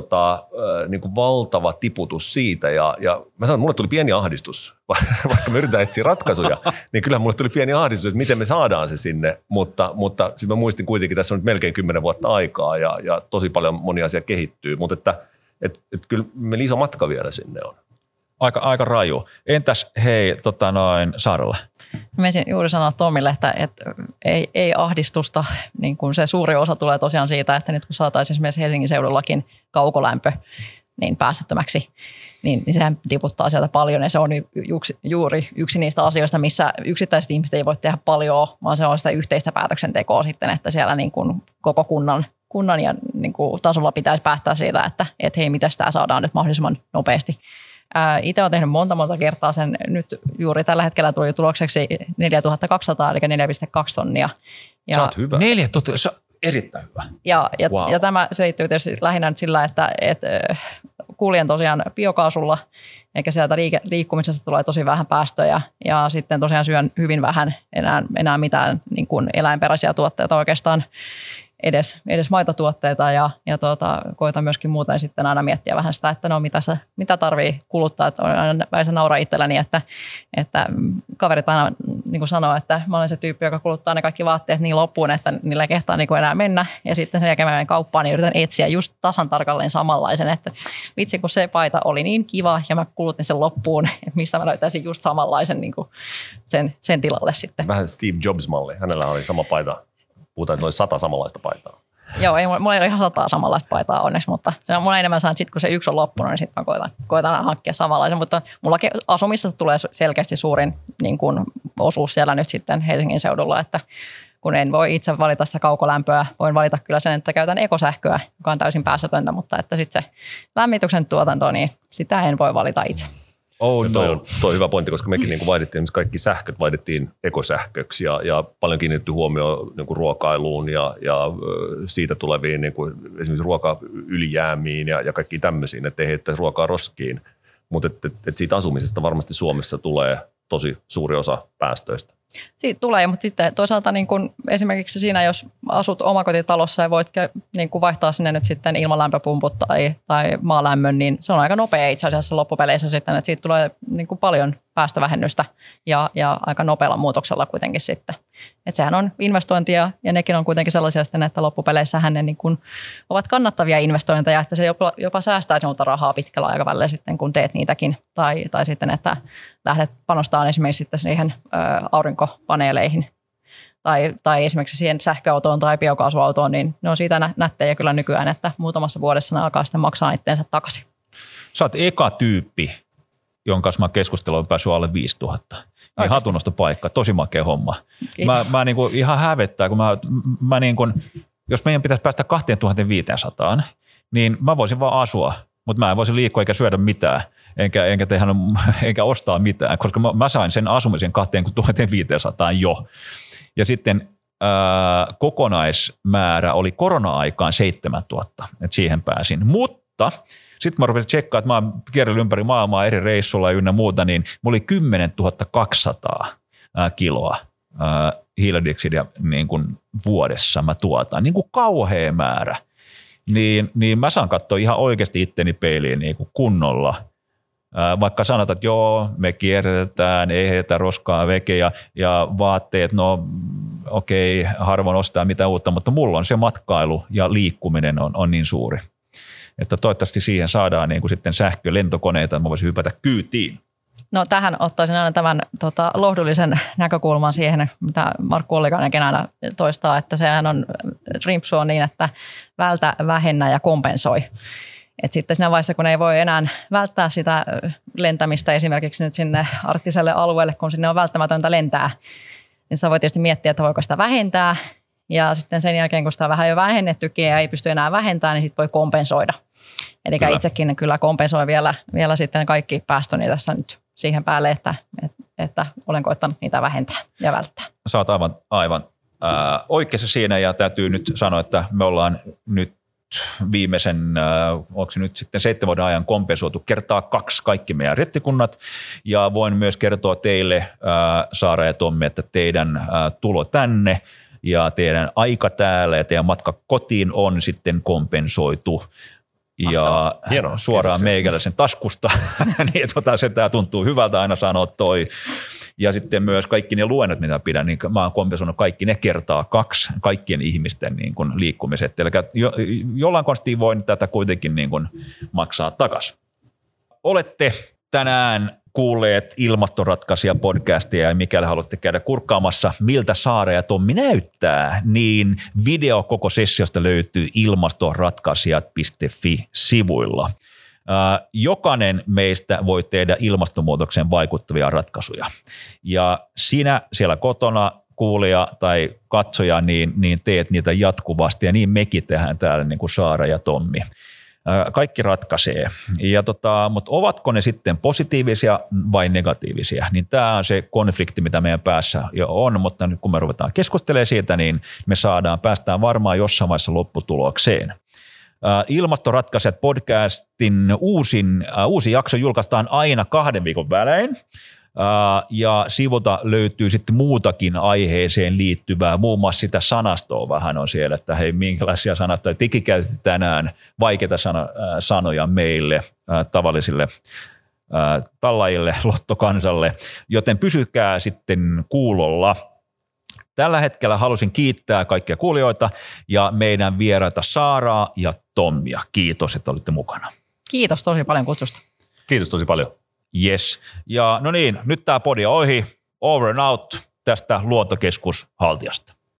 niin kuin valtava tiputus siitä ja mä sanon, että mulle tuli pieni ahdistus, vaikka me yritetään etsiä ratkaisuja, niin kyllähän mulle tuli pieni ahdistus, että miten me saadaan se sinne, mutta sitten mä muistin kuitenkin, tässä on nyt melkein 10 vuotta aikaa ja tosi paljon moni asia kehittyy, mutta että kyllä meillä iso matka vielä sinne on. Aika raju. Entäs hei, Saarella? Menisin juuri sanoa Tomille, että ei ahdistusta, niin kun se suuri osa tulee tosiaan siitä, että nyt kun saataisiin esimerkiksi Helsingin seudullakin kaukolämpö niin päästöttömäksi, niin sehän tiputtaa sieltä paljon ja se on juuri yksi niistä asioista, missä yksittäiset ihmiset ei voi tehdä paljon, vaan se on sitä yhteistä päätöksentekoa sitten, että siellä niin kuin koko kunnan ja niin kuin tasolla pitäisi päättää siitä, että hei, miten tämä saadaan nyt mahdollisimman nopeasti. Itse olen tehnyt monta kertaa sen, nyt juuri tällä hetkellä tuli tulokseksi 4200 eli 4,2 tonnia. Sä oot hyvä. 4000, se on erittäin hyvä. Wow. Ja tämä selittyy tietysti lähinnä sillä, että kuljen tosiaan biokaasulla, eikä sieltä liikkumisesta tulee tosi vähän päästöjä ja sitten tosiaan syön hyvin vähän enää mitään niin kuin eläinperäisiä tuotteita oikeastaan. Edes maitotuotteita ja koitan myöskin muuten sitten aina miettiä vähän sitä, että no mitä tarvii kuluttaa. Että aina väissä nauraa itselläni, että kaverit aina niin kuin sanoo, että mä olen se tyyppi, joka kuluttaa ne kaikki vaatteet niin loppuun, että niillä ei kehtaa niin kuin enää mennä. Ja sitten sen jälkeen menen kauppaan, niin yritän etsiä just tasan tarkalleen samanlaisen, että vitsi kun se paita oli niin kiva ja mä kulutin sen loppuun, että mistä mä löytäisin just samanlaisen niin kuin sen tilalle sitten. Vähän Steve Jobs-malli, hänellä oli sama paita. Puhutaan, että oli 100 samanlaista paitaa. Joo, mulla ei ole ihan 100 samanlaista paitaa onneksi, mutta mulla on enemmän saanut, että kun se yksi on loppunut, niin sitten mä koitan hankkia samanlaisen. Mutta mullakin asumisessa tulee selkeästi suurin niin kuin, osuus siellä nyt sitten Helsingin seudulla, että kun en voi itse valita sitä kaukolämpöä, voin valita kyllä sen, että käytän ekosähköä, joka on täysin päästötöntä, mutta että sitten se lämmityksen tuotanto, niin sitä en voi valita itse. Toi on hyvä pointti, koska mekin niin vaihdettiin, kaikki sähköt vaihdettiin ekosähköksi ja paljon kiinnitetty huomioon niin ruokailuun ja siitä tuleviin niin kuin esimerkiksi ruokaylijäämiin ja kaikkiin tämmöisiin, ettei heittäisi ruokaa roskiin. Mutta siitä asumisesta varmasti Suomessa tulee tosi suuri osa päästöistä. Siitä tulee, mutta sitten toisaalta niin kun esimerkiksi siinä, jos asut omakotitalossa ja voit niin kun vaihtaa sinne nyt sitten ilmalämpöpumput tai maalämmön, niin se on aika nopea itse asiassa loppupeleissä sitten, että siitä tulee niin kun paljon päästövähennystä ja aika nopealla muutoksella kuitenkin sitten. Että sehän on investointia ja nekin on kuitenkin sellaisia sitten, että loppupeleissähän ne niin kun ovat kannattavia investointeja, että se jopa säästää sinulta rahaa pitkällä aikavälillä sitten, kun teet niitäkin. Tai sitten, että lähdet panostamaan esimerkiksi sitten siihen aurinkopaneeleihin tai esimerkiksi siihen sähköautoon tai biokaasuautoon, niin ne on siitä nättejä kyllä nykyään, että muutamassa vuodessa ne alkaa sitten maksaa itteensä takaisin. Sä oot eka tyyppi, jonka kanssa mä keskusteluun päässyt alle 5000. Niin hatunnostopaikka, tosi makea homma. Mä niin kuin ihan hävettää, kun mä niin kuin, jos meidän pitäisi päästä 2500, niin mä voisin vaan asua, mutta mä en voisi liikkua eikä syödä mitään, enkä ostaa mitään, koska mä sain sen asumisen 2500 jo. Ja sitten kokonaismäärä oli korona-aikaan 7000, että siihen pääsin. Mutta sitten mä rupesin tsekkaamaan, että mä oon kierrellyt ympäri maailmaa eri reissulla ynnä muuta, niin mulla oli 10 200 kiloa hiilidioksidia niin kuin vuodessa mä tuotan, niin kuin kauhea määrä. Niin mä saan katsoa ihan oikeasti itteni peiliin niin kuin kunnolla. Vaikka sanotaan, että joo, me kierretään, ei heitä roskaa veke ja vaatteet, no okei, harvoin ostaa mitään uutta, mutta mulla on se matkailu ja liikkuminen on niin suuri. Että toivottavasti siihen saadaan niin kuin sitten sähkölentokoneita, että mä voisin hypätä kyytiin. No tähän ottaisin aina tämän lohdullisen näkökulman siihen, mitä Markku Ollikainenkin aina toistaa, että sehän on rimpsu on niin, että vältä, vähennä ja kompensoi. Et sitten siinä vaiheessa, kun ei voi enää välttää sitä lentämistä esimerkiksi nyt sinne arktiselle alueelle, kun sinne on välttämätöntä lentää, niin sitä voi tietysti miettiä, että voiko sitä vähentää. Ja sitten sen jälkeen, kun sitä on vähän jo vähennettykin ja ei pysty enää vähentämään, niin sitten voi kompensoida. Eli itsekin kyllä kompensoin vielä sitten kaikki päästöni tässä nyt siihen päälle, että olen koittanut niitä vähentää ja välttää. Sä oot aivan oikeassa siinä ja täytyy nyt sanoa, että me ollaan nyt viimeisen, onko se nyt sitten 7 vuoden ajan kompensoitu kertaa 2 kaikki meidän rettikunnat ja voin myös kertoa teille, Saara ja Tommi, että teidän tulo tänne ja teidän aika täällä ja teidän matka kotiin on sitten kompensoitu. Ja hienoa, suoraan meikäläisen taskusta, niin se tämä tuntuu hyvältä aina sanoa toi. Ja sitten myös kaikki ne luennot, mitä pidän, niin mä oon kompensoinut kaikki ne kertaa 2 kaikkien ihmisten niin kuin liikkumiset. Eli jollain konstiin voin tätä kuitenkin niin kuin maksaa takaisin. Olette tänään kuulleet Ilmastoratkaisija podcastia ja mikäli haluatte käydä kurkkaamassa, miltä Saara ja Tommi näyttää, niin video koko sessiosta löytyy ilmastoratkaisijat.fi-sivuilla. Jokainen meistä voi tehdä ilmastonmuutokseen vaikuttavia ratkaisuja ja sinä siellä kotona kuulija tai katsoja, niin teet niitä jatkuvasti ja niin mekin tehdään täällä niin kuin Saara ja Tommi. Kaikki ratkaisee, mutta ovatko ne sitten positiivisia vai negatiivisia, niin tämä on se konflikti, mitä meidän päässä jo on, mutta nyt kun me ruvetaan keskustelemaan siitä, niin me päästään varmaan jossain vaiheessa lopputulokseen. Ilmastoratkaisijat podcastin uusi jakso julkaistaan aina 2 viikon välein. Ja sivulta löytyy sitten muutakin aiheeseen liittyvää, muun muassa sitä sanastoa vähän on siellä, että hei minkälaisia sanastoja tekin käytetään tänään, vaikeita sanoja meille tavallisille tallajille, lottokansalle, joten pysykää sitten kuulolla. Tällä hetkellä halusin kiittää kaikkia kuulijoita ja meidän vieraita Saaraa ja Tommia. Kiitos, että olitte mukana. Kiitos tosi paljon kutsusta. Kiitos tosi paljon. Yes. Ja no niin, nyt tämä podi on ohi. Over and out tästä Luontokeskus Haltiasta.